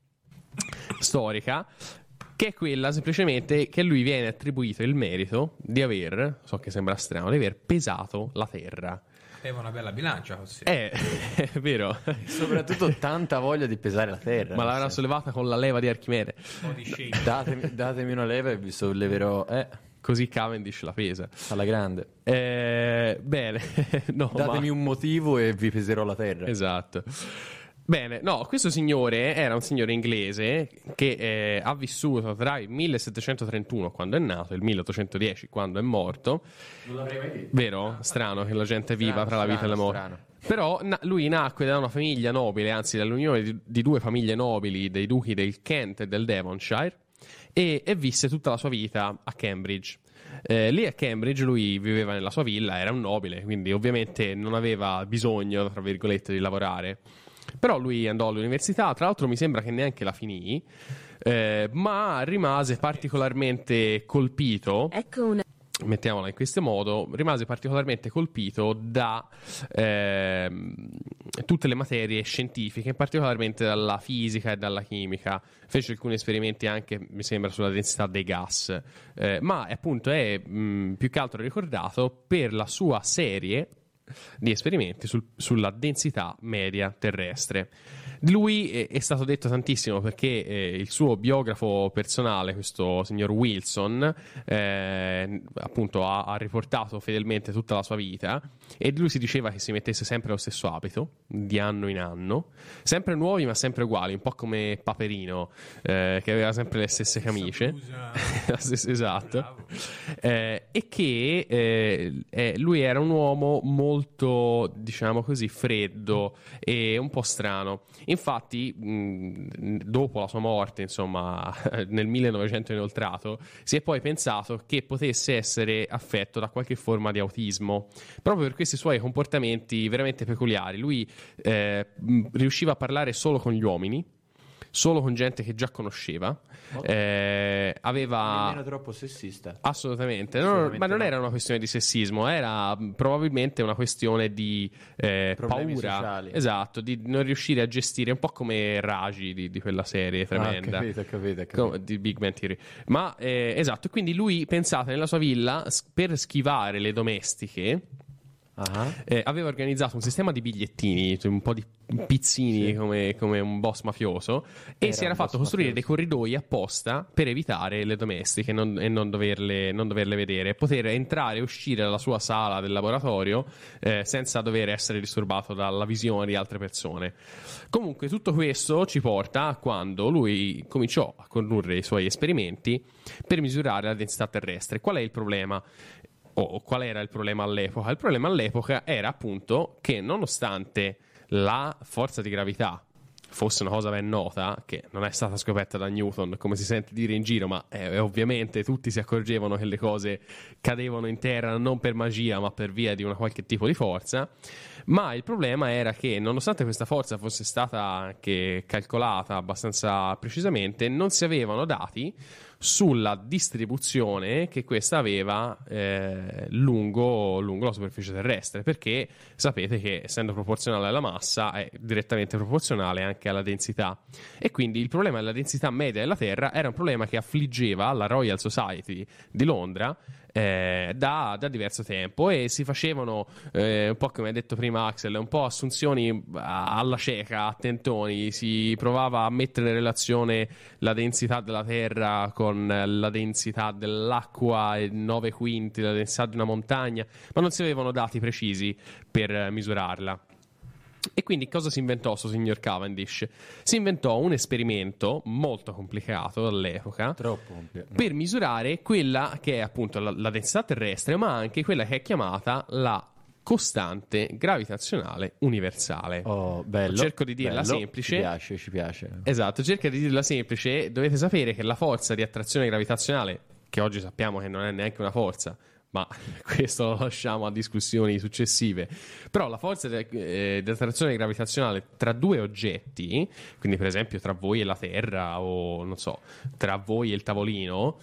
storica, che è quella semplicemente che a lui viene attribuito il merito di aver, so che sembra strano, di aver pesato la Terra. Aveva una bella bilancia così. Eh, è vero. Soprattutto tanta voglia di pesare la Terra. Ma l'avrà sollevata con la leva di Archimede. Un po' di shape. Datemi, datemi una leva e vi solleverò. Eh, Così Cavendish la pesa. alla grande. Eh, bene, no, Datemi ma... un motivo e vi peserò la Terra. Esatto. Bene, no, questo signore era un signore inglese che eh, ha vissuto tra il millesettecentotrentuno, quando è nato, e il milleottocentodieci, quando è morto. Non l'avrei mai detto. Vero? Strano che la gente viva Strano, tra la vita strano, e la morte. strano. Però na- lui nacque da una famiglia nobile, anzi dall'unione di, di due famiglie nobili, dei duchi del Kent e del Devonshire, e, e visse tutta la sua vita a Cambridge. Eh, lì a Cambridge lui viveva nella sua villa, era un nobile, quindi ovviamente non aveva bisogno, tra virgolette, di lavorare. Però lui andò all'università, tra l'altro mi sembra che neanche la finì, eh, ma rimase particolarmente colpito. Ecco una... Mettiamola in questo modo, rimase particolarmente colpito da ehm, tutte le materie scientifiche, particolarmente dalla fisica e dalla chimica. Fece alcuni esperimenti anche, mi sembra, sulla densità dei gas, eh, ma appunto è mh, più che altro ricordato per la sua serie di esperimenti sul- sulla densità media terrestre. Di lui è, è stato detto tantissimo perché eh, il suo biografo personale, questo signor Wilson, eh, appunto ha, ha riportato fedelmente tutta la sua vita, e di lui si diceva che si mettesse sempre lo stesso abito di anno in anno, sempre nuovi ma sempre uguali, un po' come Paperino, eh, che aveva sempre le stesse camicie. La stessa- esatto. Eh, e che eh, eh, lui era un uomo molto, diciamo così, freddo e un po' strano. Infatti, mh, dopo la sua morte, insomma, nel millenovecento inoltrato, si è poi pensato che potesse essere affetto da qualche forma di autismo, proprio per questi suoi comportamenti veramente peculiari. Lui eh, mh, riusciva a parlare solo con gli uomini, solo con gente che già conosceva, eh, aveva... Nemmeno troppo sessista. Assolutamente, no, Assolutamente ma non no. era una questione di sessismo, era mh, probabilmente una questione di eh, Problemi paura, sociali. esatto, di non riuscire a gestire, un po' come Raji di, di quella serie tremenda. Ah, ho capito, ho capito, ho capito. Com- di Big Bang Theory. Ma eh, esatto, quindi lui, pensate, nella sua villa, s- per schivare le domestiche, Uh-huh. Eh, aveva organizzato un sistema di bigliettini, cioè un po' di pizzini, sì, come, come un boss mafioso, e Era si era un fatto boss costruire mafioso. dei corridoi apposta per evitare le domestiche non- e non doverle, non doverle vedere, poter entrare e uscire dalla sua sala del laboratorio eh, senza dover essere disturbato dalla visione di altre persone. Comunque tutto questo ci porta a quando lui cominciò a condurre i suoi esperimenti per misurare la densità terrestre. Qual è il problema? O qual era il problema all'epoca? Il problema all'epoca era appunto che, nonostante la forza di gravità fosse una cosa ben nota, che non è stata scoperta da Newton, come si sente dire in giro, ma eh, ovviamente tutti si accorgevano che le cose cadevano in terra non per magia, ma per via di una qualche tipo di forza. Ma il problema era che, nonostante questa forza fosse stata anche calcolata abbastanza precisamente, non si avevano dati sulla distribuzione che questa aveva eh, lungo, lungo la superficie terrestre, perché sapete che, essendo proporzionale alla massa, è direttamente proporzionale anche alla densità, e quindi il problema della densità media della Terra era un problema che affliggeva la Royal Society di Londra eh, da, da diverso tempo, e si facevano eh, un po' come ha detto prima Axel, un po' assunzioni alla cieca, a tentoni, si provava a mettere in relazione la densità della Terra con la densità dell'acqua e nove quinti la densità di una montagna, ma non si avevano dati precisi per misurarla. E quindi cosa si inventò sto signor Cavendish? Si inventò un esperimento molto complicato all'epoca, Troppo complicato. per misurare quella che è appunto la, la densità terrestre, ma anche quella che è chiamata la costante gravitazionale universale. Oh, bello. Cerco di dirla bello. semplice. Ci piace, ci piace. Esatto, cerca di dirla semplice. Dovete sapere che la forza di attrazione gravitazionale, che oggi sappiamo che non è neanche una forza, ma questo lo lasciamo a discussioni successive, però la forza di, eh, di attrazione gravitazionale tra due oggetti, quindi per esempio tra voi e la Terra, o non so, tra voi e il tavolino,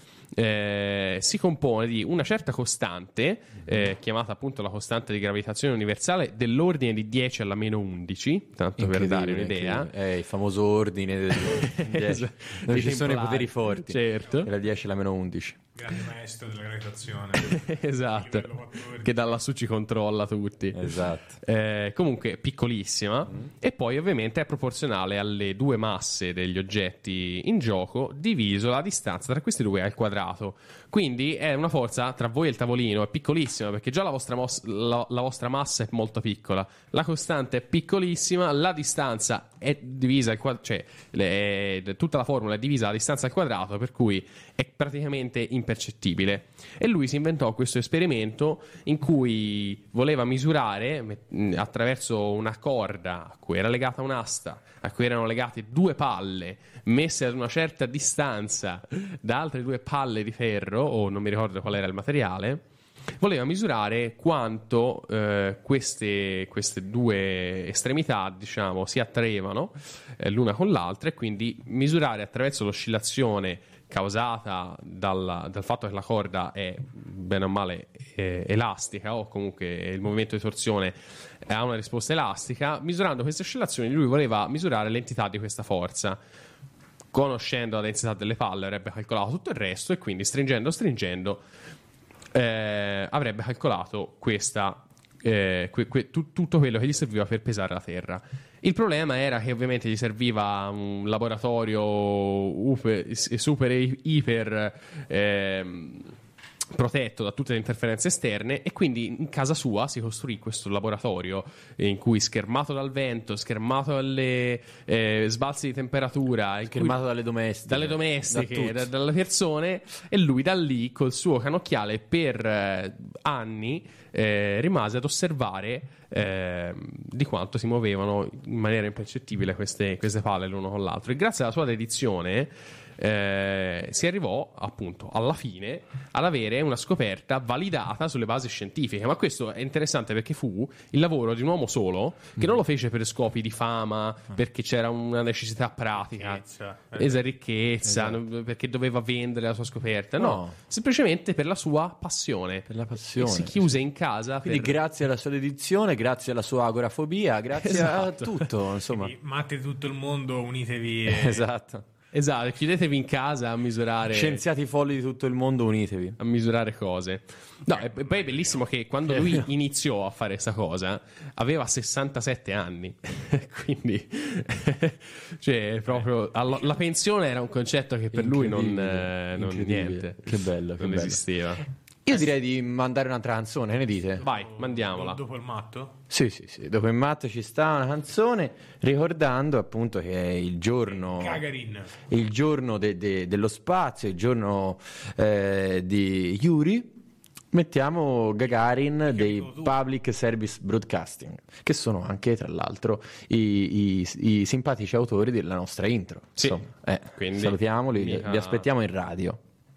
eh, si compone di una certa costante, eh, chiamata appunto la costante di gravitazione universale, dell'ordine di dieci alla meno undici, tanto per dare un'idea. È il famoso ordine del dieci, Esatto. dove Dei ci sono i templari. poteri forti. Certo. È la dieci alla meno undici. Grande maestro della gravitazione. Esatto, Livello quattordici. che da lassù ci controlla tutti. Esatto. Eh, comunque piccolissima, mm. e poi ovviamente è proporzionale alle due masse degli oggetti in gioco diviso la distanza tra questi due al quadrato. Quindi è una forza tra voi e il tavolino, è piccolissima, perché già la vostra, mos- la, la vostra massa è molto piccola, la costante è piccolissima, la distanza è divisa al quadrato, cioè le, tutta la formula è divisa la distanza al quadrato, per cui è praticamente impercettibile. E lui si inventò questo esperimento in cui voleva misurare met- attraverso una corda a cui era legata un'asta, a cui erano legate due palle messe ad una certa distanza da altre due palle di ferro, o non mi ricordo qual era il materiale. Voleva misurare quanto eh, queste, queste due estremità, diciamo, si attraevano eh, l'una con l'altra, e quindi misurare attraverso l'oscillazione causata dal, dal fatto che la corda è bene o male eh, elastica, o comunque il movimento di torsione ha una risposta elastica. Misurando queste oscillazioni, lui voleva misurare l'entità di questa forza. Conoscendo la densità delle palle avrebbe calcolato tutto il resto, e quindi stringendo stringendo eh, avrebbe calcolato questa eh, que, que, tu, tutto quello che gli serviva per pesare la Terra. Il problema era che ovviamente gli serviva un laboratorio uper, super iper eh, protetto da tutte le interferenze esterne, e quindi in casa sua si costruì questo laboratorio in cui, schermato dal vento, schermato dalle eh, sbalzi di temperatura, Schermato dalle domestiche, dalle da domestiche, tutti. da, dalle persone, e lui da lì col suo canocchiale per eh, anni eh, rimase ad osservare eh, di quanto si muovevano in maniera impercettibile queste, queste palle l'uno con l'altro, e grazie alla sua dedizione Eh, si arrivò appunto alla fine ad avere una scoperta validata sulle basi scientifiche. Ma questo è interessante perché fu il lavoro di un uomo solo, che non lo fece per scopi di fama, perché c'era una necessità pratica, Ricchezza. esa ricchezza, Esatto. non- perché doveva vendere la sua scoperta, no, No. semplicemente per la sua passione. Per la passione, E si chiuse in casa. Quindi per- grazie alla sua dedizione, grazie alla sua agorafobia, grazie Esatto. a tutto, insomma. Quindi, matte di tutto il mondo, unitevi e Esatto. Esatto, chiudetevi in casa a misurare. Scienziati folli di tutto il mondo, unitevi. A misurare cose. No, e poi è bellissimo che quando lui iniziò a fare questa cosa aveva sessantasette anni. Quindi, cioè, proprio alla- la pensione era un concetto che per lui non, eh, non Incredibile. niente. Che bello, che non bello. esisteva. Io direi di mandare un'altra canzone, che ne dite? Vai, mandiamola. Dopo il matto? Sì, sì, sì. Dopo il matto ci sta una canzone ricordando appunto che è il giorno, Gagarin. il giorno de- de- dello spazio, il giorno eh, di Yuri. Mettiamo Gagarin dei Public Service Broadcasting, che sono anche tra l'altro i, i- i simpatici autori della nostra intro. Sì, Insomma, eh, quindi salutiamoli, mica- vi aspettiamo in radio.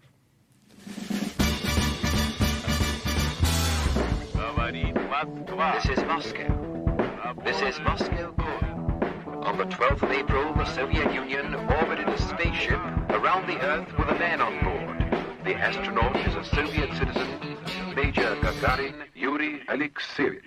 This is Moscow. This is Moscow calling. On the twelfth of April, the Soviet Union orbited a spaceship around the Earth with a man on board. The astronaut is a Soviet citizen, Major Gagarin Yuri Alexeyevich.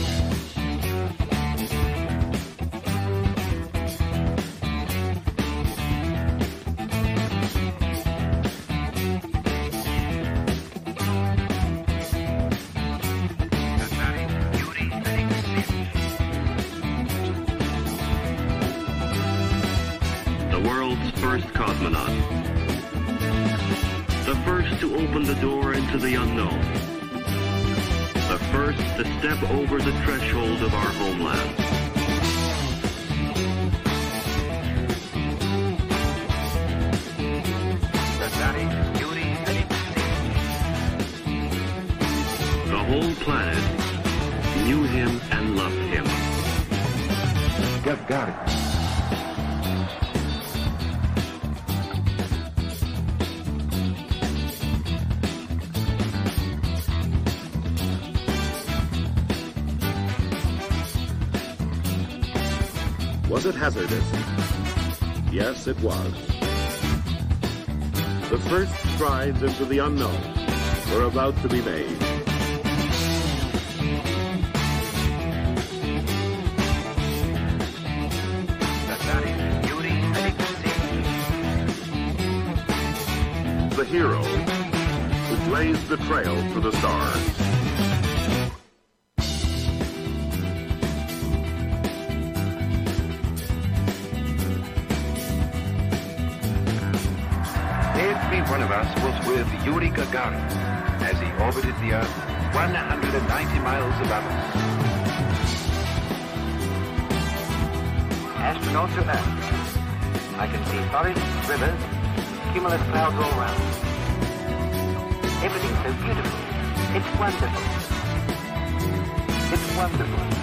The world's first cosmonaut. The first to open the door into the unknown. The first to step over the threshold of our homeland. Gagarin Yuri Alexeyevich. The whole planet knew him and loved him. Gagarin. Was it hazardous? Yes, it was. The first strides into the unknown were about to be made. Gagarin Yuri Alexeyevich. The hero who blazed the trail to the stars. Every one of us was with Yuri Gagarin as he orbited the Earth one hundred ninety miles above us. Astronaut to Earth. I can see forests, rivers, cumulus clouds all around. Everything's so beautiful. It's wonderful. It's wonderful.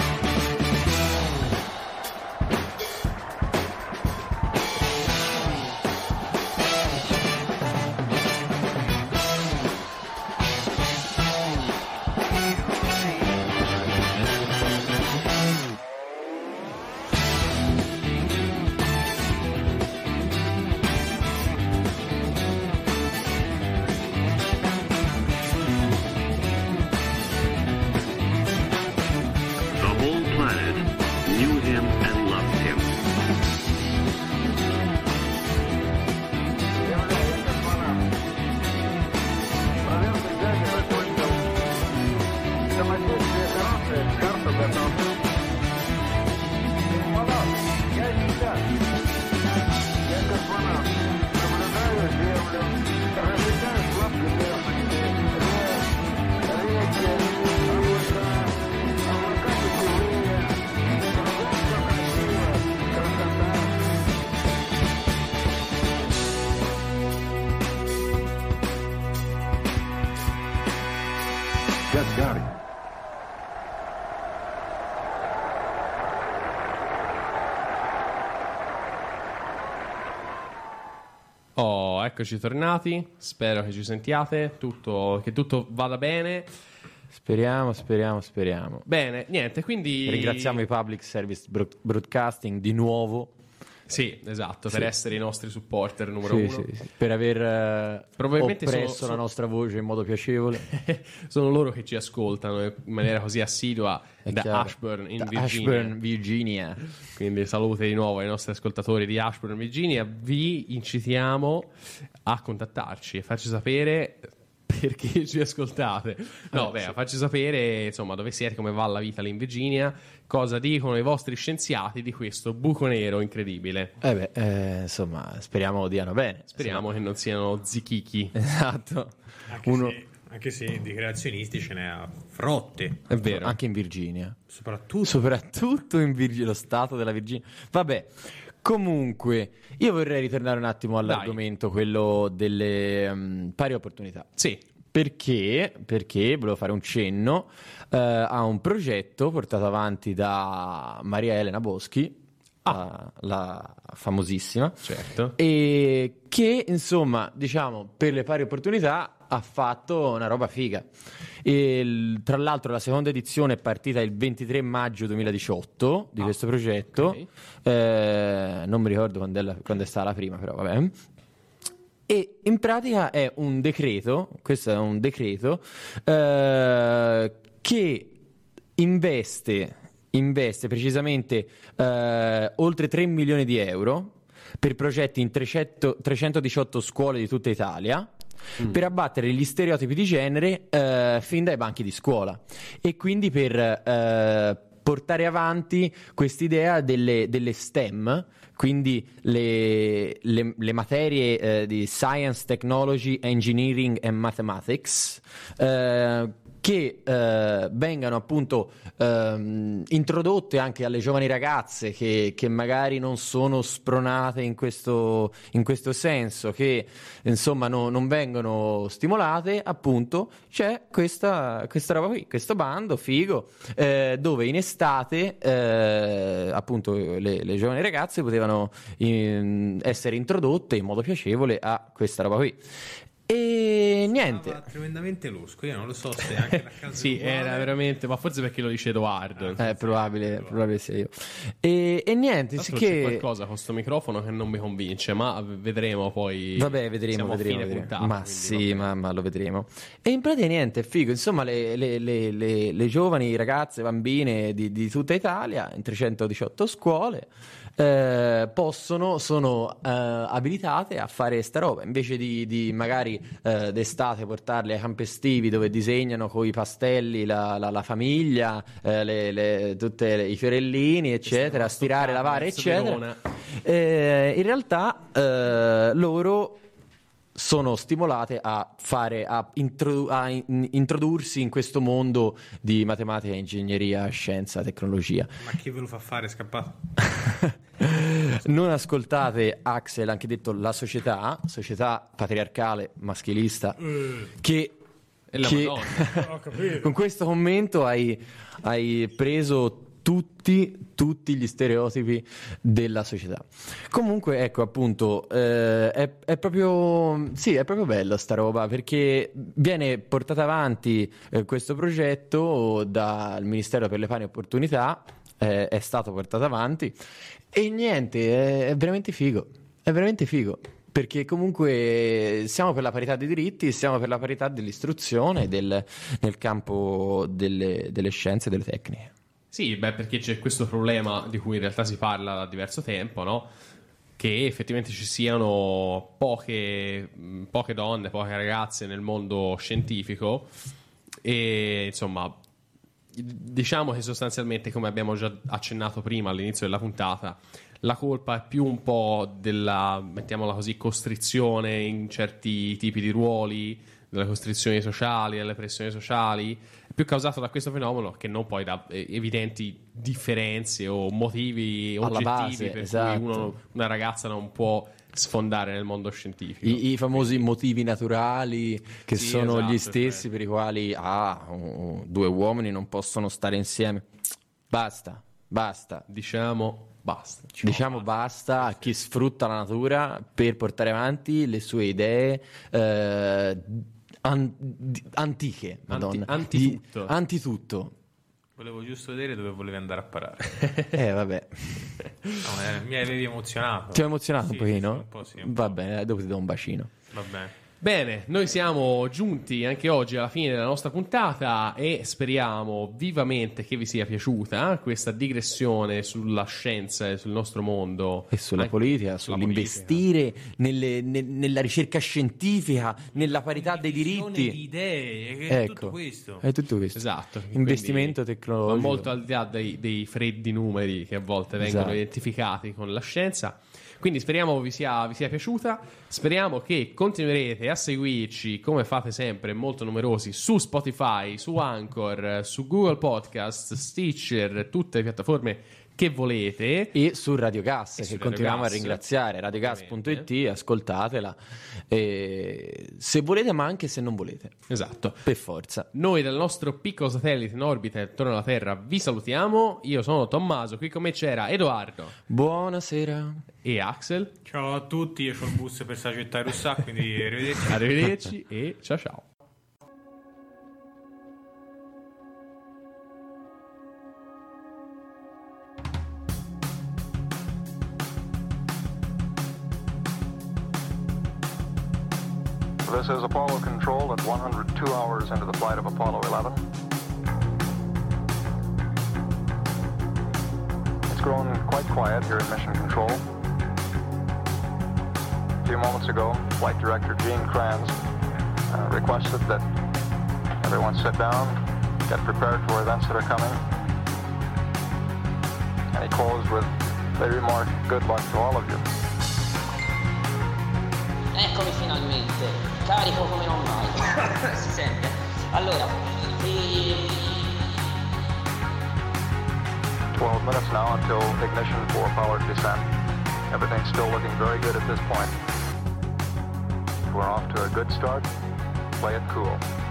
The whole planet knew him and loved him. Gagarin. Oh, eccoci tornati. Spero che ci sentiate, tutto, che tutto vada bene. Speriamo, speriamo, speriamo. Bene, niente, quindi Ringraziamo i Public Service Broad- Broadcasting di nuovo Sì, esatto, per Sì. essere i nostri supporter numero Sì, uno. sì, sì. Per aver eh, Probabilmente oppresso sono- sono- la nostra voce in modo piacevole. Sono loro che ci ascoltano in maniera così assidua È da chiaro. Ashburn in Da Virginia. Ashburn, Virginia. Quindi salute di nuovo ai nostri ascoltatori di Ashburn, Virginia. Vi incitiamo a contattarci e farci sapere perché ci ascoltate. No, Eh, beh, sì. a farci sapere insomma dove siete, come va la vita lì in Virginia, cosa dicono i vostri scienziati di questo buco nero incredibile. Eh beh, eh, insomma, speriamo diano bene. Speriamo che non siano zichichi. Esatto. Anche, Uno- se, anche se di creazionisti ce n'è a frotte. È vero. Anche in Virginia. Soprattutto. Soprattutto in Virginia, lo stato della Virginia. Vabbè, comunque, io vorrei ritornare un attimo all'argomento, quello delle um, pari opportunità. Sì. Perché? Perché volevo fare un cenno eh, a un progetto portato avanti da Maria Elena Boschi, la, la famosissima, Certo. e che insomma, diciamo, per le pari opportunità ha fatto una roba figa. E, il- tra l'altro la seconda edizione è partita il ventitré maggio duemiladiciotto di questo progetto. ok. Eh, non mi ricordo quando è, la- quando è stata la prima, però vabbè. E in pratica è un decreto, questo è un decreto eh, che investe, investe precisamente eh, oltre tre milioni di euro per progetti in trecento trecentodiciotto scuole di tutta Italia, per abbattere gli stereotipi di genere eh, fin dai banchi di scuola, e quindi per eh, portare avanti quest'idea delle, delle STEM, quindi le, le- le materie eh, di Science, Technology, Engineering and Mathematics, eh, che eh, vengano appunto ehm, introdotte anche alle giovani ragazze che, che magari non sono spronate in questo, in questo senso, che insomma no- non vengono stimolate. Appunto c'è questa, questa roba qui, questo bando figo, eh, dove in estate eh, appunto le, le giovani ragazze potevano in- essere introdotte in modo piacevole a questa roba qui. E niente. Stava tremendamente losco, io non lo so se anche la casa Sì, era veramente, ma forse perché lo dice Edoardo. È probabile, probabile sia io. E, e niente, Tra l'altro sicché- c'è qualcosa con sto microfono che non mi convince, ma vedremo poi. Vabbè, vedremo, Siamo a vedremo, fine vedremo. puntata, ma quindi sì, ma, ma lo vedremo. E in pratica niente, è figo. Insomma, le, le- le- le- le giovani ragazze, bambine di, di tutta Italia, in trecentodiciotto scuole, eh, possono, sono eh, abilitate a fare sta roba. Invece di, di magari eh, d'estate portarle ai campi estivi dove disegnano con i pastelli la, la- la famiglia, eh, le, le- tutte le- i fiorellini, eccetera, stirare, lavare, verso eccetera. Verona. Eh, in realtà eh, loro sono stimolate a fare a, introdu- a in- introdursi in questo mondo di matematica, ingegneria, scienza, tecnologia. Ma chi ve lo fa fare? È scappato? Non ascoltate Axel, anche detto la società, società patriarcale, maschilista, che, E la che- Madonna. Ho capito. con questo commento hai, hai preso tutti, tutti gli stereotipi della società. Comunque, ecco, appunto, eh, è, è proprio, sì, è proprio bella sta roba, perché viene portata avanti eh, questo progetto dal Ministero per le Pari Opportunità, eh, è stato portato avanti, e niente, è, è veramente figo, è veramente figo. Perché comunque siamo per la parità dei diritti, siamo per la parità dell'istruzione del, nel campo delle, delle scienze e delle tecniche. Sì, beh, perché c'è questo problema di cui in realtà si parla da diverso tempo, no? Che effettivamente ci siano poche, mh, poche donne, poche ragazze nel mondo scientifico, e insomma, diciamo che sostanzialmente, come abbiamo già accennato prima all'inizio della puntata, la colpa è più un po' della, mettiamola così, costrizione in certi tipi di ruoli, delle costrizioni sociali, delle pressioni sociali, è più causato da questo fenomeno che non poi da eh, evidenti differenze o motivi Alla oggettivi base, per esatto. cui uno, una ragazza non può sfondare nel mondo scientifico. I, i famosi motivi naturali, che Sì, sono esatto, gli stessi cioè. per i quali ah, uh, due uomini non possono stare insieme. Basta, basta. Diciamo basta. Diciamo basta a chi sfrutta la natura per portare avanti le sue idee eh, an- di- antiche, Madonna. antitutto. Di- antitutto. Volevo giusto vedere dove volevi andare a parare. Eh, vabbè. No, eh, mi avevi emozionato. Ti ho emozionato Sì, un pochino? sì, un po' sì, un Va bene, dopo ti do un bacino. Va bene. Bene, noi siamo giunti anche oggi alla fine della nostra puntata e speriamo vivamente che vi sia piaciuta eh, questa digressione sulla scienza e sul nostro mondo. E sulla Anche politica, sulla sull'investire nelle- ne- nella ricerca scientifica, nella parità dei diritti. Di idee, che è Ecco, tutto questo. È tutto questo. Esatto. Investimento Quindi, tecnologico. ma molto al di là dei, dei freddi numeri che a volte vengono Esatto. identificati con la scienza. Quindi speriamo vi sia, vi sia piaciuta, speriamo che continuerete a seguirci come fate sempre, molto numerosi, su Spotify, su Anchor, su Google Podcast, Stitcher, tutte le piattaforme che volete. E su Radio Gas, E che su Radio continuiamo Gas, a ringraziare, radiogas punto it, ovviamente. ascoltatela. E se volete, ma anche se non volete. Esatto. Per forza. Noi dal nostro piccolo satellite in orbita attorno alla Terra vi salutiamo. Io sono Tommaso, qui con me c'era Edoardo Buonasera. e Axel. Ciao a tutti, io ho il bus per Sagittario Russà, quindi arrivederci. Arrivederci e ciao ciao. This is Apollo Control at one hundred two hours into the flight of Apollo eleven. It's grown quite quiet here in Mission Control. A few moments ago, Flight Director Gene Kranz uh, requested that everyone sit down, get prepared for events that are coming. And he closed with the remark, good luck to all of you. Eccomi finalmente, carico come non mai. Si sente. Allora, e... twelve minutes now until ignition for powered descent. Everything's still looking very good at this point. We're off to a good start. Play it cool.